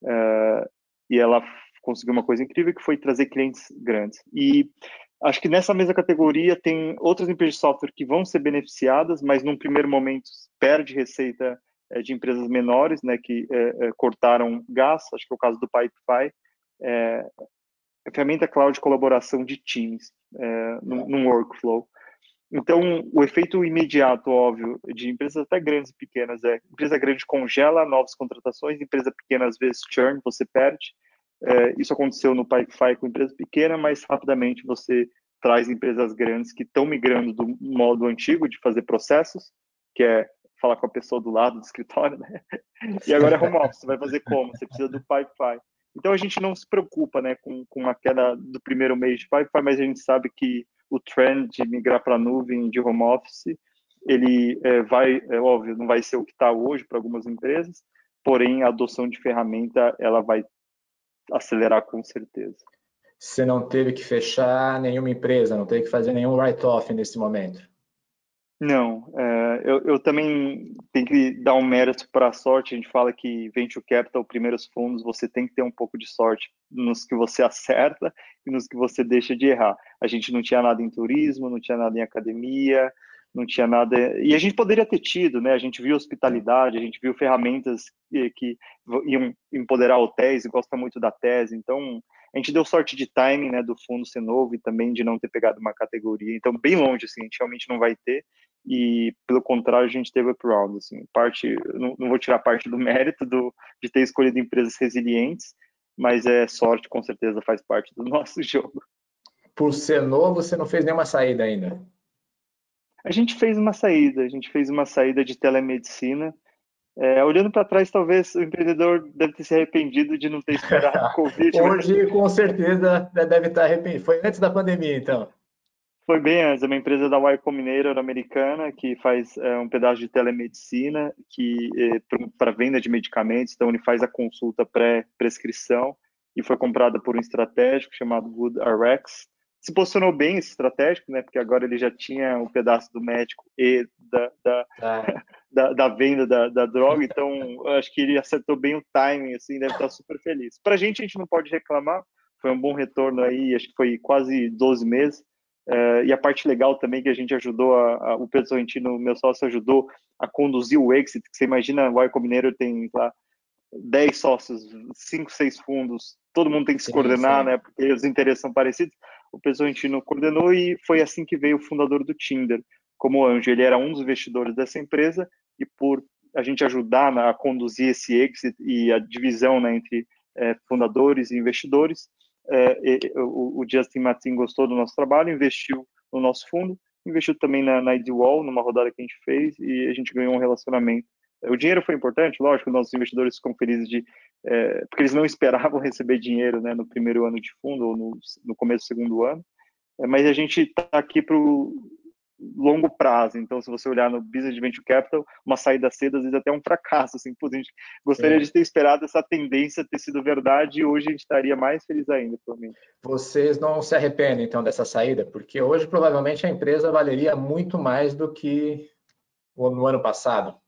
uh, e ela conseguiu uma coisa incrível que foi trazer clientes grandes. E acho que nessa mesma categoria tem outras empresas de software que vão ser beneficiadas, mas num primeiro momento perde receita é, de empresas menores, né, que é, é, cortaram gasto. Acho que é o caso do Pipefy. É, a ferramenta cloud de colaboração de times, é, num, num workflow. Então, o efeito imediato, óbvio, de empresas até grandes e pequenas é, empresa grande congela novas contratações, empresa pequena, às vezes, churn, você perde. É, isso aconteceu no Pipefy com empresa pequena, mas rapidamente você traz empresas grandes que estão migrando do modo antigo de fazer processos, que é falar com a pessoa do lado do escritório, né? E agora é home office, você vai fazer como? Você precisa do Pipefy. Então, a gente não se preocupa, né, com, com a queda do primeiro mês de Pipefy, mas a gente sabe que o trend de migrar para a nuvem de home office, ele é, vai, é óbvio, não vai ser o que está hoje para algumas empresas, porém a adoção de ferramenta ela vai acelerar com certeza. Você não teve que fechar nenhuma empresa, não teve que fazer nenhum write-off nesse momento? Não, é, eu, eu também tenho que dar um mérito para a sorte. A gente fala que Venture Capital, primeiros fundos, você tem que ter um pouco de sorte nos que você acerta e nos que você deixa de errar. A gente não tinha nada em turismo, não tinha nada em academia, não tinha nada. E a gente poderia ter tido, né? A gente viu hospitalidade, a gente viu ferramentas que, que iam empoderar hotéis, gosta muito da tese. Então, a gente deu sorte de timing, né? Do fundo ser novo e também de não ter pegado uma categoria. Então, bem longe, assim, a gente realmente não vai ter. E, pelo contrário, a gente teve up round, assim. Parte, não, não vou tirar parte do mérito do, de ter escolhido empresas resilientes, mas é sorte, com certeza, faz parte do nosso jogo. Por ser novo, você não fez nenhuma saída ainda? A gente fez uma saída, a gente fez uma saída de telemedicina. É, olhando para trás, talvez o empreendedor deve ter se arrependido de não ter esperado o Covid. Mas Hoje, com certeza, deve estar arrependido. Foi antes da pandemia, então. foi bem antes, é uma empresa da Y Combinator americana que faz é, um pedaço de telemedicina que é, para venda de medicamentos, então ele faz a consulta pré-prescrição e foi comprada por um estratégico chamado GoodRx. Se posicionou bem esse estratégico, né? Porque agora ele já tinha um pedaço do médico e da, da, Ah. da, da venda da, da droga, então eu acho que ele acertou bem o timing, assim, deve estar super feliz. Para a gente, a gente não pode reclamar, foi um bom retorno aí, acho que foi quase doze meses. Uh, e a parte legal também que a gente ajudou, a, a, o Pedro Sorrentino, meu sócio, ajudou a conduzir o exit, que você imagina, o Y Combinator tem lá dez sócios, cinco, seis fundos, todo mundo tem que se Sim, coordenar, sim. né, porque os interesses são parecidos. O Pedro Sorrentino coordenou e foi assim que veio o fundador do Tinder, como anjo. Ele era um dos investidores dessa empresa e por a gente ajudar a conduzir esse exit e a divisão, né, entre é, fundadores e investidores, é, e, o, o Justin Martin gostou do nosso trabalho, investiu no nosso fundo, investiu também na, na IDWall, numa rodada que a gente fez, e a gente ganhou um relacionamento. O dinheiro foi importante, lógico, nossos investidores ficam felizes de, é, porque eles não esperavam receber dinheiro, né, no primeiro ano de fundo ou no, no começo do segundo ano, é, mas a gente está aqui para o longo prazo. Então, se você olhar no business de venture capital, uma saída cedo às vezes até é um fracasso. Assim, a gente gostaria Sim. de ter esperado essa tendência ter sido verdade e hoje a gente estaria mais feliz ainda, provavelmente. Vocês não se arrependem, então, dessa saída? Porque hoje, provavelmente, a empresa valeria muito mais do que no ano passado.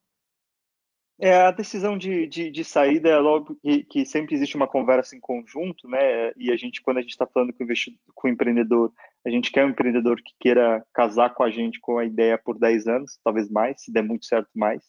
É, a decisão de, de, de saída é logo que, que sempre existe uma conversa em conjunto, né? E a gente, quando a gente está falando com o, com o empreendedor, a gente quer um empreendedor que queira casar com a gente com a ideia por dez anos, talvez mais, se der muito certo, mais.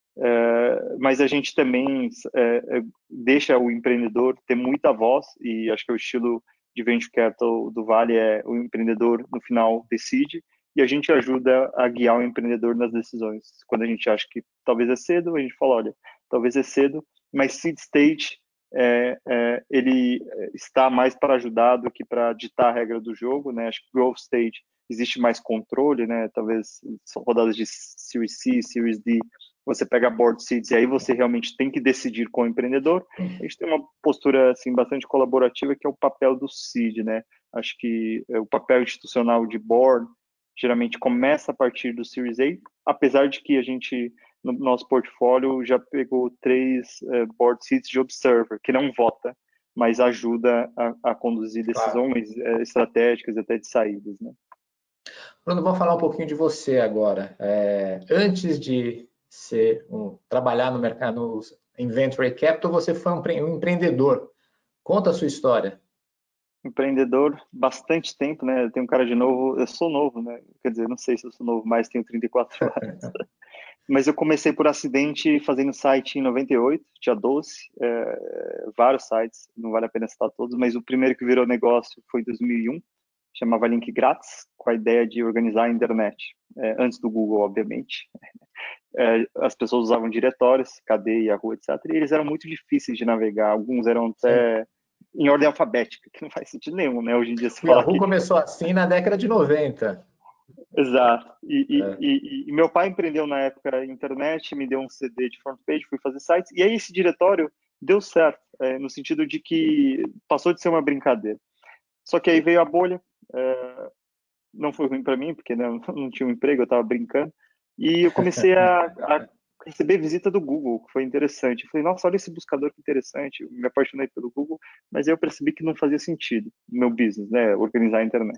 É, mas a gente também é, deixa o empreendedor ter muita voz, e acho que é o estilo de venture capital do Vale é o empreendedor, no final, decide, e a gente ajuda a guiar o empreendedor nas decisões. Quando a gente acha que talvez é cedo, a gente fala, olha, talvez é cedo, mas seed stage, é, é, ele está mais para ajudar do que para ditar a regra do jogo, né? Acho que growth stage existe mais controle, né? Talvez são rodadas de Series C, Series D, você pega board seats e aí você realmente tem que decidir com o empreendedor. A gente tem uma postura assim bastante colaborativa que é o papel do seed, né? Acho que o papel institucional de board geralmente começa a partir do Series A, apesar de que a gente, no nosso portfólio, já pegou três uh, board seats de observer, que não vota, mas ajuda a, a conduzir decisões claro. uh, estratégicas até de saídas, né? Bruno, vamos falar um pouquinho de você agora. É, antes de ser um, trabalhar no mercado em Venture Capital, você foi um, um empreendedor. Conta a sua história. Empreendedor, bastante tempo, né? Eu tenho um cara de novo, eu sou novo, né? Quer dizer, não sei se eu sou novo, mas tenho trinta e quatro anos. Mas eu comecei por acidente fazendo site em noventa e oito, dia doze, é, vários sites, não vale a pena citar todos, mas o primeiro que virou negócio foi em dois mil e um, chamava Link Grátis, com a ideia de organizar a internet, é, antes do Google, obviamente. É, as pessoas usavam diretórios, cadeia, rua, etcétera, e eles eram muito difíceis de navegar, alguns eram até Sim. em ordem alfabética, que não faz sentido nenhum, né? Hoje em dia se o fala Yahoo que... começou assim na década de noventa. Exato. E, é. e, e, e meu pai empreendeu na época a internet, me deu um C D de front page, fui fazer sites, e aí esse diretório deu certo, é, no sentido de que passou de ser uma brincadeira. Só que aí veio a bolha, é, não foi ruim para mim, porque né, eu não tinha um emprego, eu estava brincando, e eu comecei a, a receber visita do Google, que foi interessante. Eu falei, nossa, olha esse buscador que interessante, eu me apaixonei pelo Google, mas aí eu percebi que não fazia sentido no meu business, né, organizar a internet.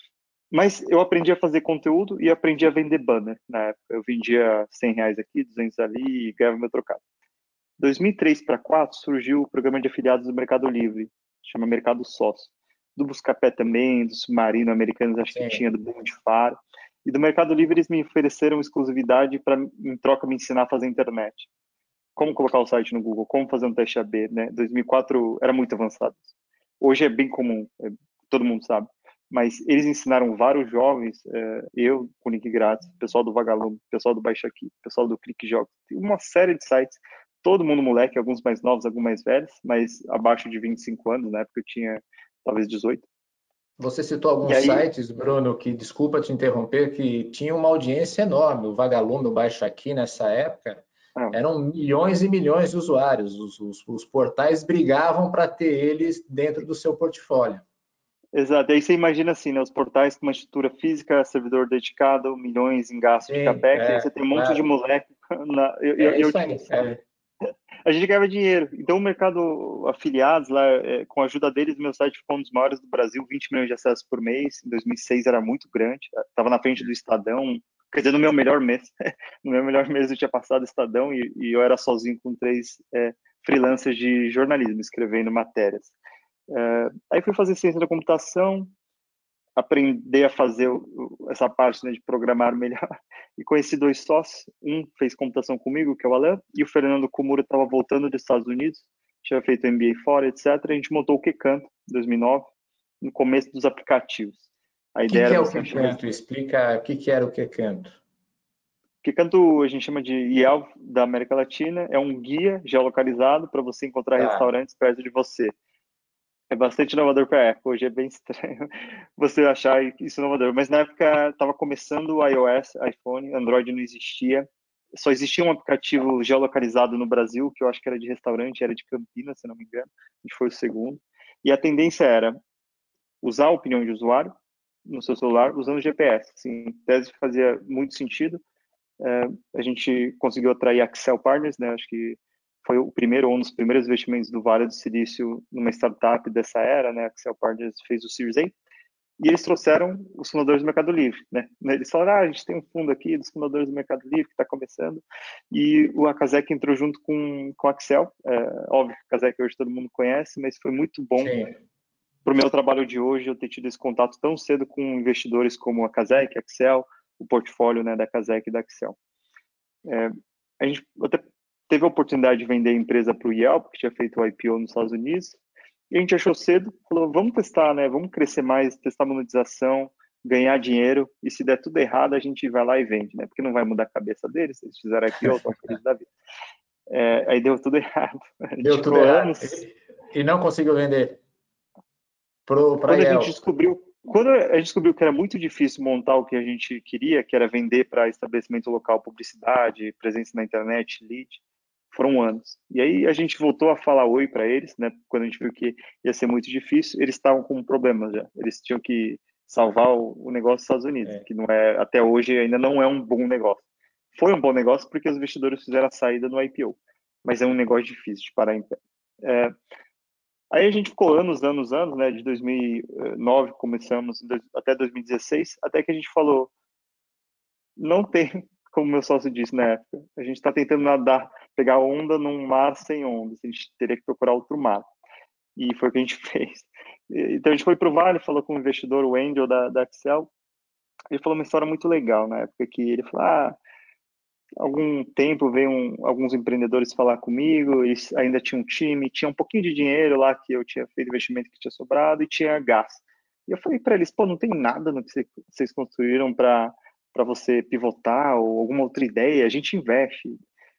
Mas eu aprendi a fazer conteúdo e aprendi a vender banner na época. Eu vendia cem reais aqui, duzentos ali e ganhava meu trocado. dois mil e três para dois mil e quatro surgiu o programa de afiliados do Mercado Livre, chama Mercado Sócio. Do Buscapé também, do Submarino Americanos, acho Sim. que tinha, do Bom de Faro. E do Mercado Livre eles me ofereceram exclusividade para, em troca, me ensinar a fazer internet. Como colocar o site no Google, como fazer um teste A B, né? dois mil e quatro era muito avançado. Hoje é bem comum, é, todo mundo sabe. Mas eles ensinaram vários jovens, é, eu com link grátis, pessoal do Vagalume, pessoal do Baixa Aqui, pessoal do Clique Jogos, uma série de sites, todo mundo moleque, alguns mais novos, alguns mais velhos, mas abaixo de vinte e cinco anos, na época eu tinha talvez dezoito. Você citou E alguns aí, sites, Bruno, que, desculpa te interromper, que tinham uma audiência enorme. O Vagalume, o Baixa Aqui, nessa época, ah, eram milhões e milhões de usuários. Os, os, os portais brigavam para ter eles dentro do seu portfólio. exato, aí você imagina assim, né, os portais com uma estrutura física, servidor dedicado, milhões em gasto de Sim, capex, e aí é, você tem um monte de claro. moleque, na, eu, eu, É eu isso tinha, aí. É. a gente ganhava dinheiro. Então, o mercado afiliados, lá, é, com a ajuda deles, meu site ficou um dos maiores do Brasil, vinte milhões de acessos por mês. Em dois mil e seis era muito grande, estava na frente do Estadão. Quer dizer, no meu melhor mês. No meu melhor mês eu tinha passado Estadão e, e eu era sozinho com três é, freelancers de jornalismo, escrevendo matérias. É, aí fui fazer ciência da computação, aprender a fazer essa parte, né, de programar melhor. E conheci dois sócios. Um fez computação comigo, que é o Alan, e o Fernando Kumura estava voltando dos Estados Unidos, tinha feito M B A fora, etcétera. A gente montou o QCanto, em dois mil e nove, no começo dos aplicativos. A O que, ideia que era é o você que achar... canto? Explica o que, que era o que canto. QCanto a gente chama de Yelp da América Latina, é um guia geolocalizado para você encontrar Tá. restaurantes perto de você. É bastante inovador para a época, hoje é bem estranho você achar isso inovador, mas na época estava começando o iOS, iPhone, Android não existia, só existia um aplicativo geolocalizado no Brasil, que eu acho que era de restaurante, era de Campinas, se não me engano, a gente foi o segundo, e a tendência era usar a opinião de usuário no seu celular usando o G P S, assim, tese fazia muito sentido. É, a gente conseguiu atrair a Accel Partners, né, acho que foi o primeiro, um dos primeiros investimentos do Vale do Silício numa startup dessa era, né? A Accel Partners fez o Series A, e eles trouxeram os fundadores do Mercado Livre, né? Eles falaram, ah, a gente tem um fundo aqui dos fundadores do Mercado Livre que está começando, e o Akazek entrou junto com, com a Accel, é, óbvio que a Akazek hoje todo mundo conhece, mas foi muito bom Sim. para o meu trabalho de hoje eu ter tido esse contato tão cedo com investidores como a Akazek, a Accel, o portfólio, né, da Akazek e da Accel. É, a gente até teve a oportunidade de vender a empresa para o Yelp, que tinha feito o I P O nos Estados Unidos, e a gente achou cedo, falou, vamos testar, né? Vamos crescer mais, testar monetização, ganhar dinheiro, e se der tudo errado, a gente vai lá e vende, né? Porque não vai mudar a cabeça deles, eles fizeram I P O, estão felizes da vida. É, aí deu tudo errado. A gente Deu tudo ficou errado. anos... E não conseguiu vender para a Quando a gente Yelp. descobriu, quando a gente descobriu que era muito difícil montar o que a gente queria, que era vender para estabelecimento local publicidade, presença na internet, lead, foram anos. E aí a gente voltou a falar oi para eles, né? Quando a gente viu que ia ser muito difícil, eles estavam com problemas já. Eles tinham que salvar o, o negócio dos Estados Unidos, É. que não é, até hoje ainda não é um bom negócio. Foi um bom negócio porque os investidores fizeram a saída no I P O, mas é um negócio difícil de parar em pé. É, aí a gente ficou anos, anos, anos, né? De dois mil e nove começamos até dois mil e dezesseis, até que a gente falou, não tem, como meu sócio disse na época, a gente está tentando nadar, pegar onda num mar sem ondas, a gente teria que procurar outro mar. E foi o que a gente fez. Então a gente foi para o Vale, falou com o investidor, o Angel da, da Accel, ele falou uma história muito legal na época, que ele falou, ah, algum tempo veio um, alguns empreendedores falar comigo, eles ainda tinham um time, tinha um pouquinho de dinheiro lá que eu tinha feito investimento que tinha sobrado e tinha gás. E eu falei para eles, pô, não tem nada no que vocês construíram para para você pivotar ou alguma outra ideia, a gente investe.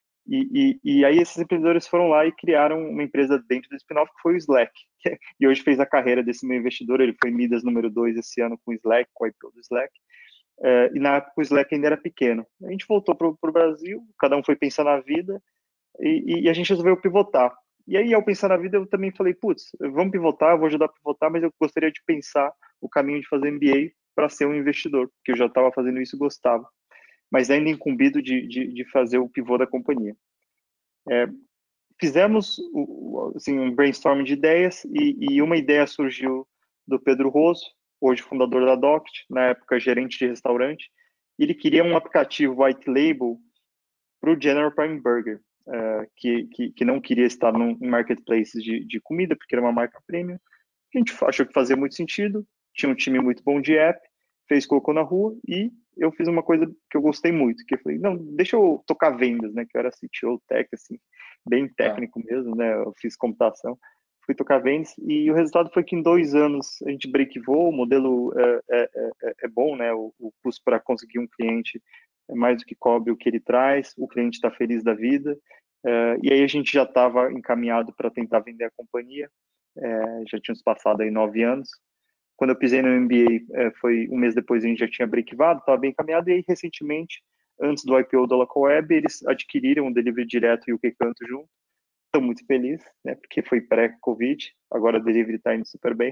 E, e, e aí esses empreendedores foram lá e criaram uma empresa dentro do spin-off que foi o Slack. Que, e hoje fez a carreira desse meu investidor, ele foi Midas número dois esse ano com o Slack, com o I P O do Slack. É, e na época o Slack ainda era pequeno. A gente voltou para o Brasil, cada um foi pensar na vida e, e a gente resolveu pivotar. E aí, ao pensar na vida, eu também falei, putz, vamos pivotar, eu vou ajudar a pivotar, mas eu gostaria de pensar o caminho de fazer M B A para ser um investidor, porque eu já estava fazendo isso e gostava, mas ainda incumbido de, de, de fazer o pivô da companhia. É, fizemos assim, um brainstorming de ideias e, e uma ideia surgiu do Pedro Rosso, hoje fundador da Doct, na época gerente de restaurante. Ele queria um aplicativo white label para o General Prime Burger, uh, que, que, que não queria estar num marketplace de, de comida, porque era uma marca premium. A gente achou que fazia muito sentido, tinha um time muito bom de app, fez, colocou na rua, e eu fiz uma coisa que eu gostei muito, que eu falei, não, deixa eu tocar vendas, né, que eu era C T O tech, assim, bem técnico ah. mesmo, né, eu fiz computação, fui tocar vendas, e o resultado foi que em dois anos a gente breakivou, o modelo é, é, é, é bom, né, o, o custo para conseguir um cliente é mais do que cobre o que ele traz, o cliente está feliz da vida, é, e aí a gente já estava encaminhado para tentar vender a companhia, é, já tínhamos passado aí nove anos. Quando eu pisei no M B A, é, foi um mês depois a gente já tinha breakivado, estava bem encaminhado, e aí recentemente, antes do I P O da Local Web, eles adquiriram o Delivery Direto e o QCanto junto. Estou muito feliz, né, porque foi pré-Covid, agora o Delivery está indo super bem.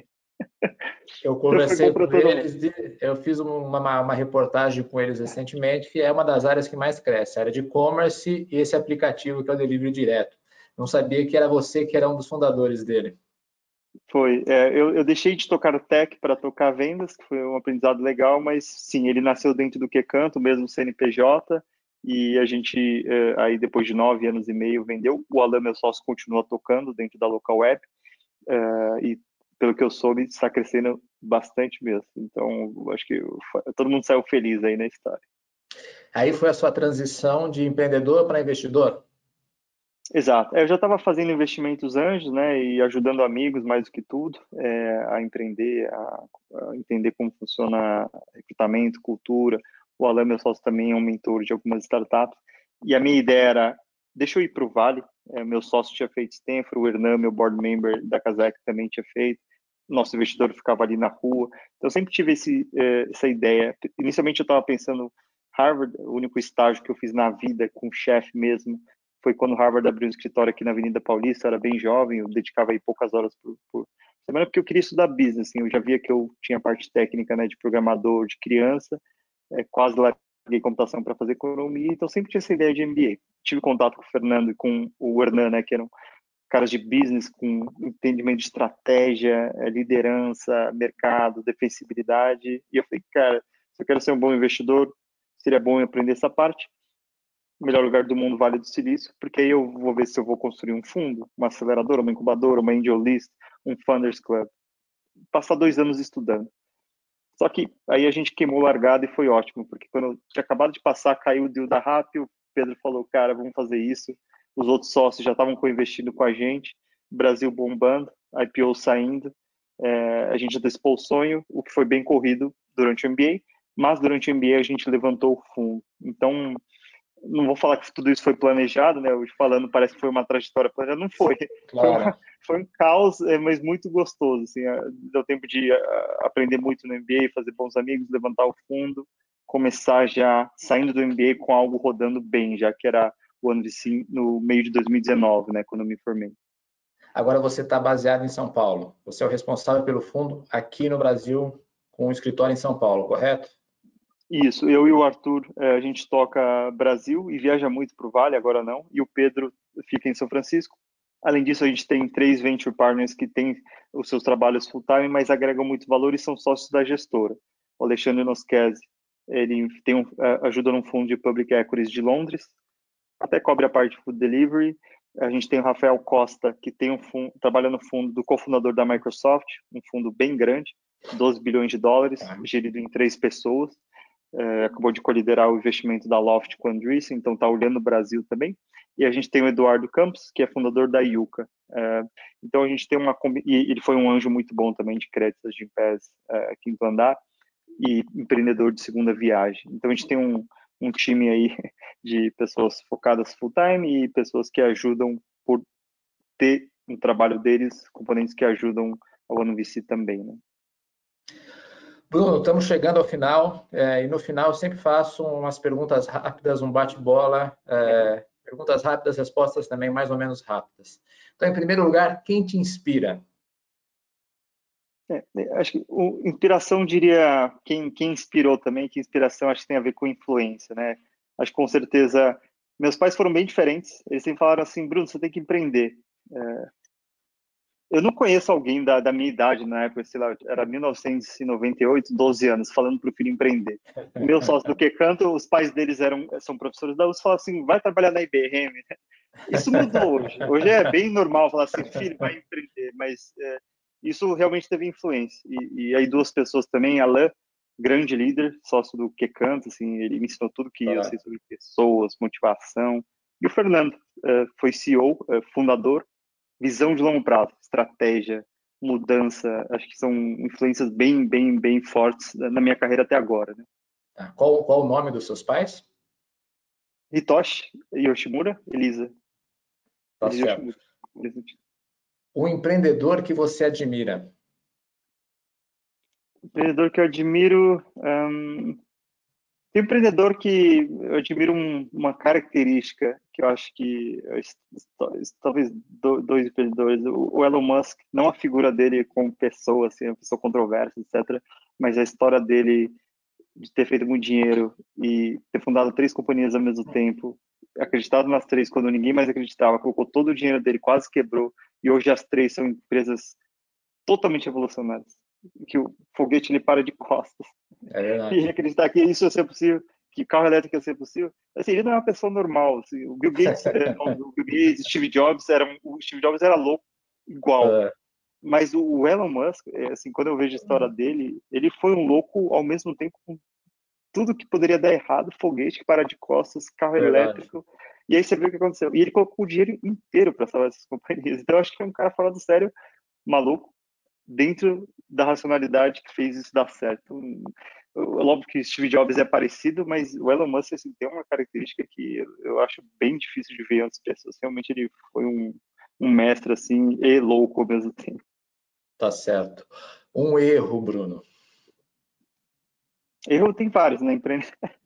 Eu conversei então, com eles, eu fiz uma, uma reportagem com eles recentemente, que é uma das áreas que mais cresce, a área de e-commerce e esse aplicativo que é o Delivery Direto. Não sabia que era você que era um dos fundadores dele. Foi. É, eu, eu deixei de tocar o tech para tocar vendas, que foi um aprendizado legal, mas sim, ele nasceu dentro do QCanto, mesmo C N P J, e a gente, é, aí depois de nove anos e meio, vendeu. O Alan, meu sócio, continua tocando dentro da Local Web, é, e pelo que eu soube, está crescendo bastante mesmo. Então, acho que todo mundo saiu feliz aí na história. Aí foi a sua transição de empreendedor para investidor? Exato. Eu já estava fazendo investimentos anjos, né, e ajudando amigos mais do que tudo é, a empreender, a, a entender como funciona recrutamento, cultura. O Alan, meu sócio, também é um mentor de algumas startups. E a minha ideia era, deixa eu ir para o Vale. É, meu sócio tinha feito Stanford, o Hernan, meu board member da Kazek, também tinha feito. Nosso investidor ficava ali na rua. Então, eu sempre tive esse, essa ideia. Inicialmente, eu estava pensando Harvard, o único estágio que eu fiz na vida com chefe mesmo, foi quando Harvard abriu um escritório aqui na Avenida Paulista. Eu era bem jovem, eu dedicava aí poucas horas por, por semana, porque eu queria estudar business, assim, eu já via que eu tinha parte técnica, né, de programador, de criança, é, quase larguei computação para fazer economia, então sempre tinha essa ideia de M B A. Tive contato com o Fernando e com o Hernan, né, que eram caras de business com entendimento de estratégia, liderança, mercado, defensibilidade, e eu falei, cara, se eu quero ser um bom investidor, seria bom eu aprender essa parte. O melhor lugar do mundo, Vale do Silício, porque aí eu vou ver se eu vou construir um fundo, uma aceleradora, uma incubadora, uma angel list, um funders club. Passar dois anos estudando. Só que aí a gente queimou largada e foi ótimo, porque quando eu tinha acabado de passar, caiu o deal da Rappi, o Pedro falou, cara, vamos fazer isso. Os outros sócios já estavam co-investindo com a gente, Brasil bombando, I P O saindo, é, a gente antecipou o sonho, o que foi bem corrido durante o M B A, mas durante o M B A a gente levantou o fundo. Então, não vou falar que tudo isso foi planejado, né? Hoje falando parece que foi uma trajetória planejada, não foi. Claro. Foi, uma, foi um caos, mas muito gostoso. Assim, deu tempo de aprender muito no M B A, fazer bons amigos, levantar o fundo, começar já saindo do M B A com algo rodando bem, já que era o ano de sim, no meio de dois mil e dezenove, né? Quando eu me formei. Agora você está baseado em São Paulo. Você é o responsável pelo fundo aqui no Brasil, com um escritório em São Paulo, correto? Isso, eu e o Arthur, a gente toca Brasil e viaja muito para o Vale, agora não, e o Pedro fica em São Francisco. Além disso, a gente tem três venture partners que têm os seus trabalhos full-time, mas agregam muito valor e são sócios da gestora. O Alexandre Noschese, ele tem um, ajuda num fundo de public equities de Londres, até cobre a parte de food delivery. A gente tem o Rafael Costa, que tem um fundo, trabalha no fundo do cofundador da Microsoft, um fundo bem grande, doze bilhões de dólares, gerido em três pessoas. É, acabou de coliderar o investimento da Loft com a Andreessen, então está olhando o Brasil também. E a gente tem o Eduardo Campos, que é fundador da Yuka. É, então a gente tem uma... E ele foi um anjo muito bom também de créditos de Gimpass, é, quinto andar, e empreendedor de segunda viagem. Então a gente tem um, um time aí de pessoas focadas full-time e pessoas que ajudam por ter no trabalho deles componentes que ajudam ao ano V C também, né? Bruno, estamos chegando ao final, é, e no final eu sempre faço umas perguntas rápidas, um bate-bola, é, perguntas rápidas, respostas também mais ou menos rápidas. Então, em primeiro lugar, quem te inspira? É, acho que o, inspiração, diria, quem, quem inspirou também, que inspiração acho que tem a ver com influência, né? Acho que com certeza, meus pais foram bem diferentes, eles sempre falaram assim, Bruno, você tem que empreender. É, eu não conheço alguém da, da minha idade na época, sei lá, era mil novecentos e noventa e oito, doze anos, falando para o filho empreender. O meu sócio do QCanto, os pais deles eram, são professores da U S P, falavam assim, vai trabalhar na I B M. Isso mudou hoje. Hoje é bem normal falar assim, filho, vai empreender, mas é, isso realmente teve influência. E, e aí duas pessoas também, Alan, grande líder, sócio do Que Canta, assim, ele me ensinou tudo que eu sei sobre pessoas, motivação. E o Fernando uh, foi C E O, uh, fundador, visão de longo prazo, estratégia, mudança, acho que são influências bem, bem, bem fortes na minha carreira até agora, né? Qual, qual o nome dos seus pais? Hitoshi Yoshimura, Elisa. Tá Elisa certo. Yoshimura. O empreendedor que você admira? Empreendedor que eu admiro... Um... Tem um empreendedor que eu admiro um, uma característica que eu acho que talvez dois empreendedores, o Elon Musk, não a figura dele como pessoa, assim, uma pessoa controversa, etcétera, mas a história dele de ter feito muito dinheiro e ter fundado três companhias ao mesmo tempo, acreditado nas três quando ninguém mais acreditava, colocou todo o dinheiro dele, quase quebrou, e hoje as três são empresas totalmente revolucionárias, que o foguete ele para de costas. É verdade. E acreditar que isso ia ser possível, que carro elétrico ia ser possível. Assim, ele não é uma pessoa normal. Assim, o Bill Gates, é, o Bill Gates, Steve Jobs, era, o Steve Jobs era louco igual. É. Mas o Elon Musk, assim, quando eu vejo a história dele, ele foi um louco ao mesmo tempo com tudo que poderia dar errado, foguete que para de costas, carro Verdade. elétrico. E aí você vê o que aconteceu. E ele colocou o dinheiro inteiro para salvar essas companhias. Então eu acho que é um cara falando sério, maluco, dentro da racionalidade que fez isso dar certo. Óbvio que Steve Jobs é parecido, mas o Elon Musk assim, tem uma característica que eu acho bem difícil de ver em outras pessoas. Realmente ele foi um, um mestre assim e louco ao mesmo tempo. Tá certo. Um erro, Bruno. Erro tem vários, né? Empre...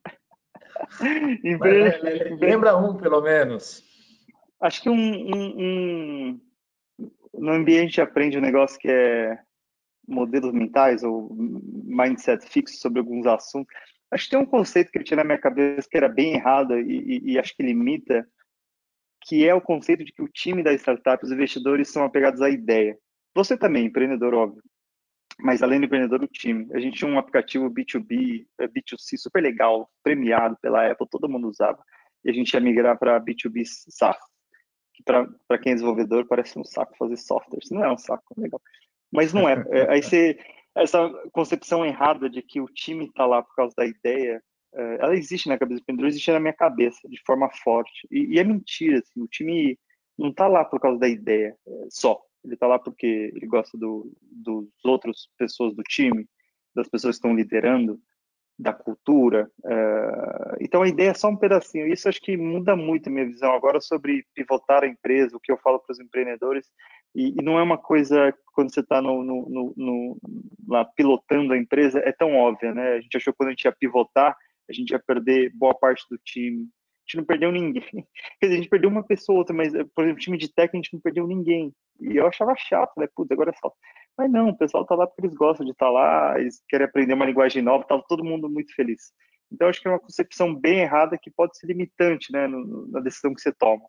Empre... Lembra um, pelo menos. Acho que um, um, um... no ambiente aprende um negócio que é modelos mentais ou mindset fixo sobre alguns assuntos. Acho que tem um conceito que eu tinha na minha cabeça que era bem errado e, e, e acho que limita, que é o conceito de que o time da startup, os investidores são apegados à ideia. Você também, empreendedor, óbvio. Mas além do empreendedor, o time. A gente tinha um aplicativo B dois B, B dois C super legal, premiado pela Apple, todo mundo usava. E a gente ia migrar para B dois B SaaS, que para quem é desenvolvedor parece um saco fazer software. Isso não é um saco, legal. Mas não é. é aí você, essa concepção errada de que o time está lá por causa da ideia, é, ela existe na cabeça do empreendedor, existe na minha cabeça, de forma forte. E, e é mentira, assim, o time não está lá por causa da ideia é, só. Ele está lá porque ele gosta do, dos outros pessoas do time, das pessoas que estão liderando, da cultura. Uh, então a ideia é só um pedacinho. Isso acho que muda muito a minha visão agora sobre pivotar a empresa, o que eu falo para os empreendedores. E, e não é uma coisa, quando você está no, no, no, no, lá pilotando a empresa, é tão óbvia, né? A gente achou que quando a gente ia pivotar, a gente ia perder boa parte do time. A gente não perdeu ninguém. Quer dizer, a gente perdeu uma pessoa ou outra, mas, por exemplo, time de técnico, a gente não perdeu ninguém. E eu achava chato, né? Putz, agora é só. Mas não, o pessoal tá lá porque eles gostam de estar lá, eles querem aprender uma linguagem nova, tá todo mundo muito feliz. Então, acho que é uma concepção bem errada que pode ser limitante, né, no, na decisão que você toma.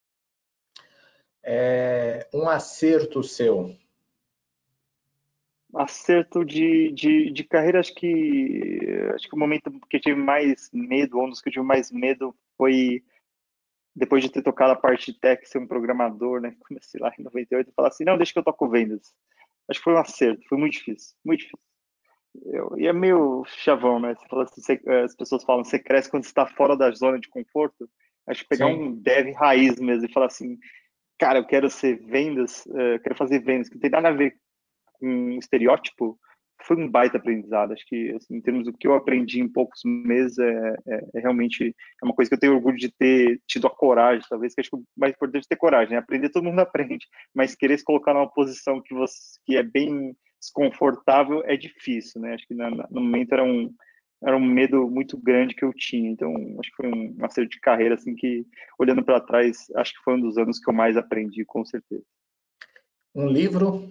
É um acerto seu. Acerto de, de, de carreira, acho que acho que o momento que eu tive mais medo, um dos que eu tive mais medo foi depois de ter tocado a parte de tech, ser um programador, né? Comecei lá em noventa e oito e falar assim, não, deixa que eu toco vendas. Acho que foi um acerto, foi muito difícil, muito difícil. Eu, e é meio chavão, né? Você fala assim, você, as pessoas falam, você cresce quando você está fora da zona de conforto. Acho que pegar Sim. um dev raiz mesmo e falar assim, cara, eu quero ser vendas, uh, quero fazer vendas, que não tem nada a ver com um estereótipo, foi um baita aprendizado. Acho que, assim, em termos do que eu aprendi em poucos meses, é, é, é realmente é uma coisa que eu tenho orgulho de ter tido a coragem, talvez, que acho que o mais importante é ter coragem, né? Aprender todo mundo aprende, mas querer se colocar numa posição que, você, que é bem desconfortável é difícil, né? Acho que na, no momento era um, era um medo muito grande que eu tinha. Então, acho que foi um acerto de carreira, assim, que, olhando para trás, acho que foi um dos anos que eu mais aprendi, com certeza. Um livro?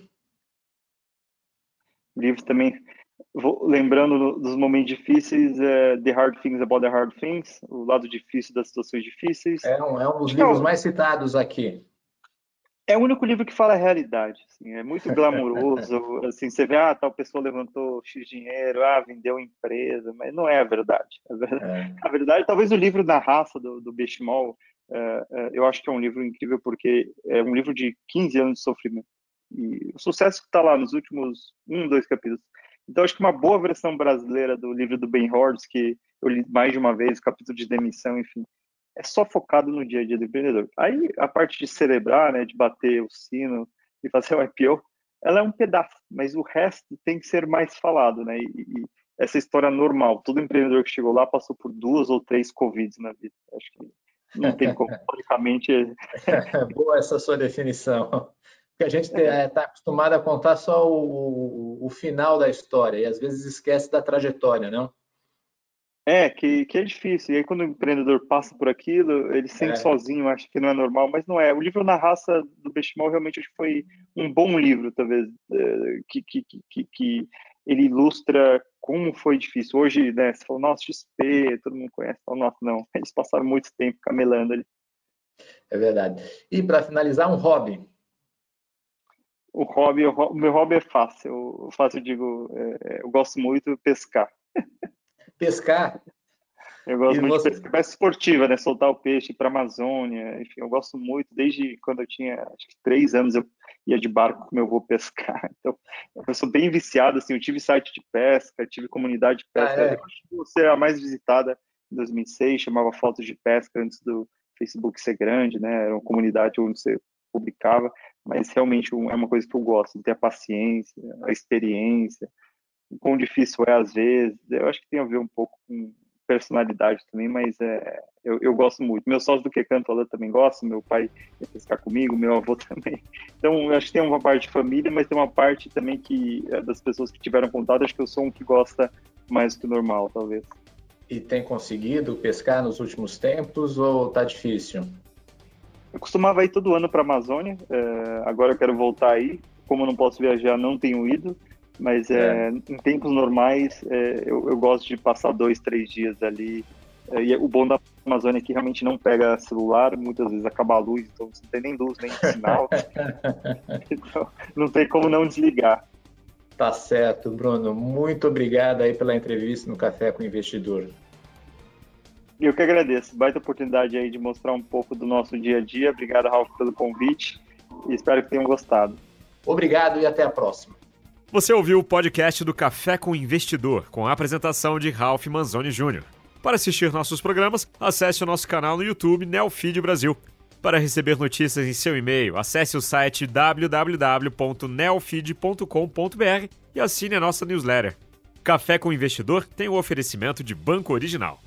Livro também, vou, lembrando dos momentos difíceis, é, The Hard Things About the Hard Things, o lado difícil das situações difíceis. É um, é um dos Acho que é livros o, mais citados aqui. é o único livro que fala a realidade. Assim, é muito glamouroso. Assim, você vê, ah, tal pessoa levantou X dinheiro, ah, vendeu empresa, mas não é a verdade. A verdade, É. a verdade talvez o livro da raça do, do Benchimol, é, é, eu acho que é um livro incrível porque é um livro de quinze anos de sofrimento. E o sucesso que está lá nos últimos um, dois capítulos Então, acho que uma boa versão brasileira do livro do Ben Horowitz, que eu li mais de uma vez, capítulo de demissão, enfim, é só focado no dia a dia do empreendedor. Aí, a parte de celebrar, né, de bater o sino e fazer o I P O, ela é um pedaço, mas o resto tem que ser mais falado, né? E, e essa história normal, todo empreendedor que chegou lá passou por duas ou três Covids na vida. Acho que não tem como, historicamente... Boa essa sua definição. Porque a gente está acostumado a contar só o, o, o final da história e às vezes esquece da trajetória, não? É, que, que é difícil. E aí, quando o empreendedor passa por aquilo, ele se sente É. sozinho, acha que não é normal, mas não é. O livro Na Raça do Benchimol realmente acho que foi um bom livro, talvez, que, que, que, que ele ilustra como foi difícil. Hoje, né, você falou, nossa, X P, todo mundo conhece. Então, nossa, não, eles passaram muito tempo camelando ali. É verdade. E para finalizar, um hobby. O hobby, o meu hobby é fácil. Eu faço, eu digo, é, eu gosto muito de pescar. Pescar? Eu gosto E muito você... de pesca, pesca esportiva, né? Soltar o peixe para a Amazônia. Enfim, eu gosto muito. Desde quando eu tinha, acho que três anos, eu ia de barco com meu avô pescar. Então, eu sou bem viciado, assim. Eu tive site de pesca, tive comunidade de pesca. Ah, é? Eu acho que você é a mais visitada em dois mil e seis, chamava Fotos de Pesca, antes do Facebook ser grande, né? Era uma comunidade onde você publicava. Mas realmente é uma coisa que eu gosto, de ter a paciência, a experiência, o quão difícil é às vezes. Eu acho que tem a ver um pouco com personalidade também, mas é, eu, eu gosto muito. Meu sócio do Que Canto Alê também gosta, meu pai ia pescar comigo, meu avô também. Então, eu acho que tem uma parte de família, mas tem uma parte também que das pessoas que tiveram contato, acho que eu sou um que gosta mais do que o normal, talvez. E tem conseguido pescar nos últimos tempos ou tá difícil? Eu costumava ir todo ano para a Amazônia, é, agora eu quero voltar aí. Como eu não posso viajar, não tenho ido, mas é, é. em tempos normais é, eu, eu gosto de passar dois, três dias ali. É, e o bom da Amazônia é que realmente não pega celular, muitas vezes acaba a luz, então você não tem nem luz, nem sinal. Então não tem como não desligar. Tá certo, Bruno. Muito obrigado aí pela entrevista no Café com o Investidor. Eu que agradeço. Baita oportunidade aí de mostrar um pouco do nosso dia a dia. Obrigado, Ralf, pelo convite e espero que tenham gostado. Obrigado e até a próxima. Você ouviu o podcast do Café com o Investidor, com a apresentação de Ralf Manzoni Júnior Para assistir nossos programas, acesse o nosso canal no YouTube Neofeed Brasil. Para receber notícias em seu e-mail, acesse o site w w w ponto neofeed ponto com ponto b r e assine a nossa newsletter. Café com o Investidor tem o oferecimento de Banco Original.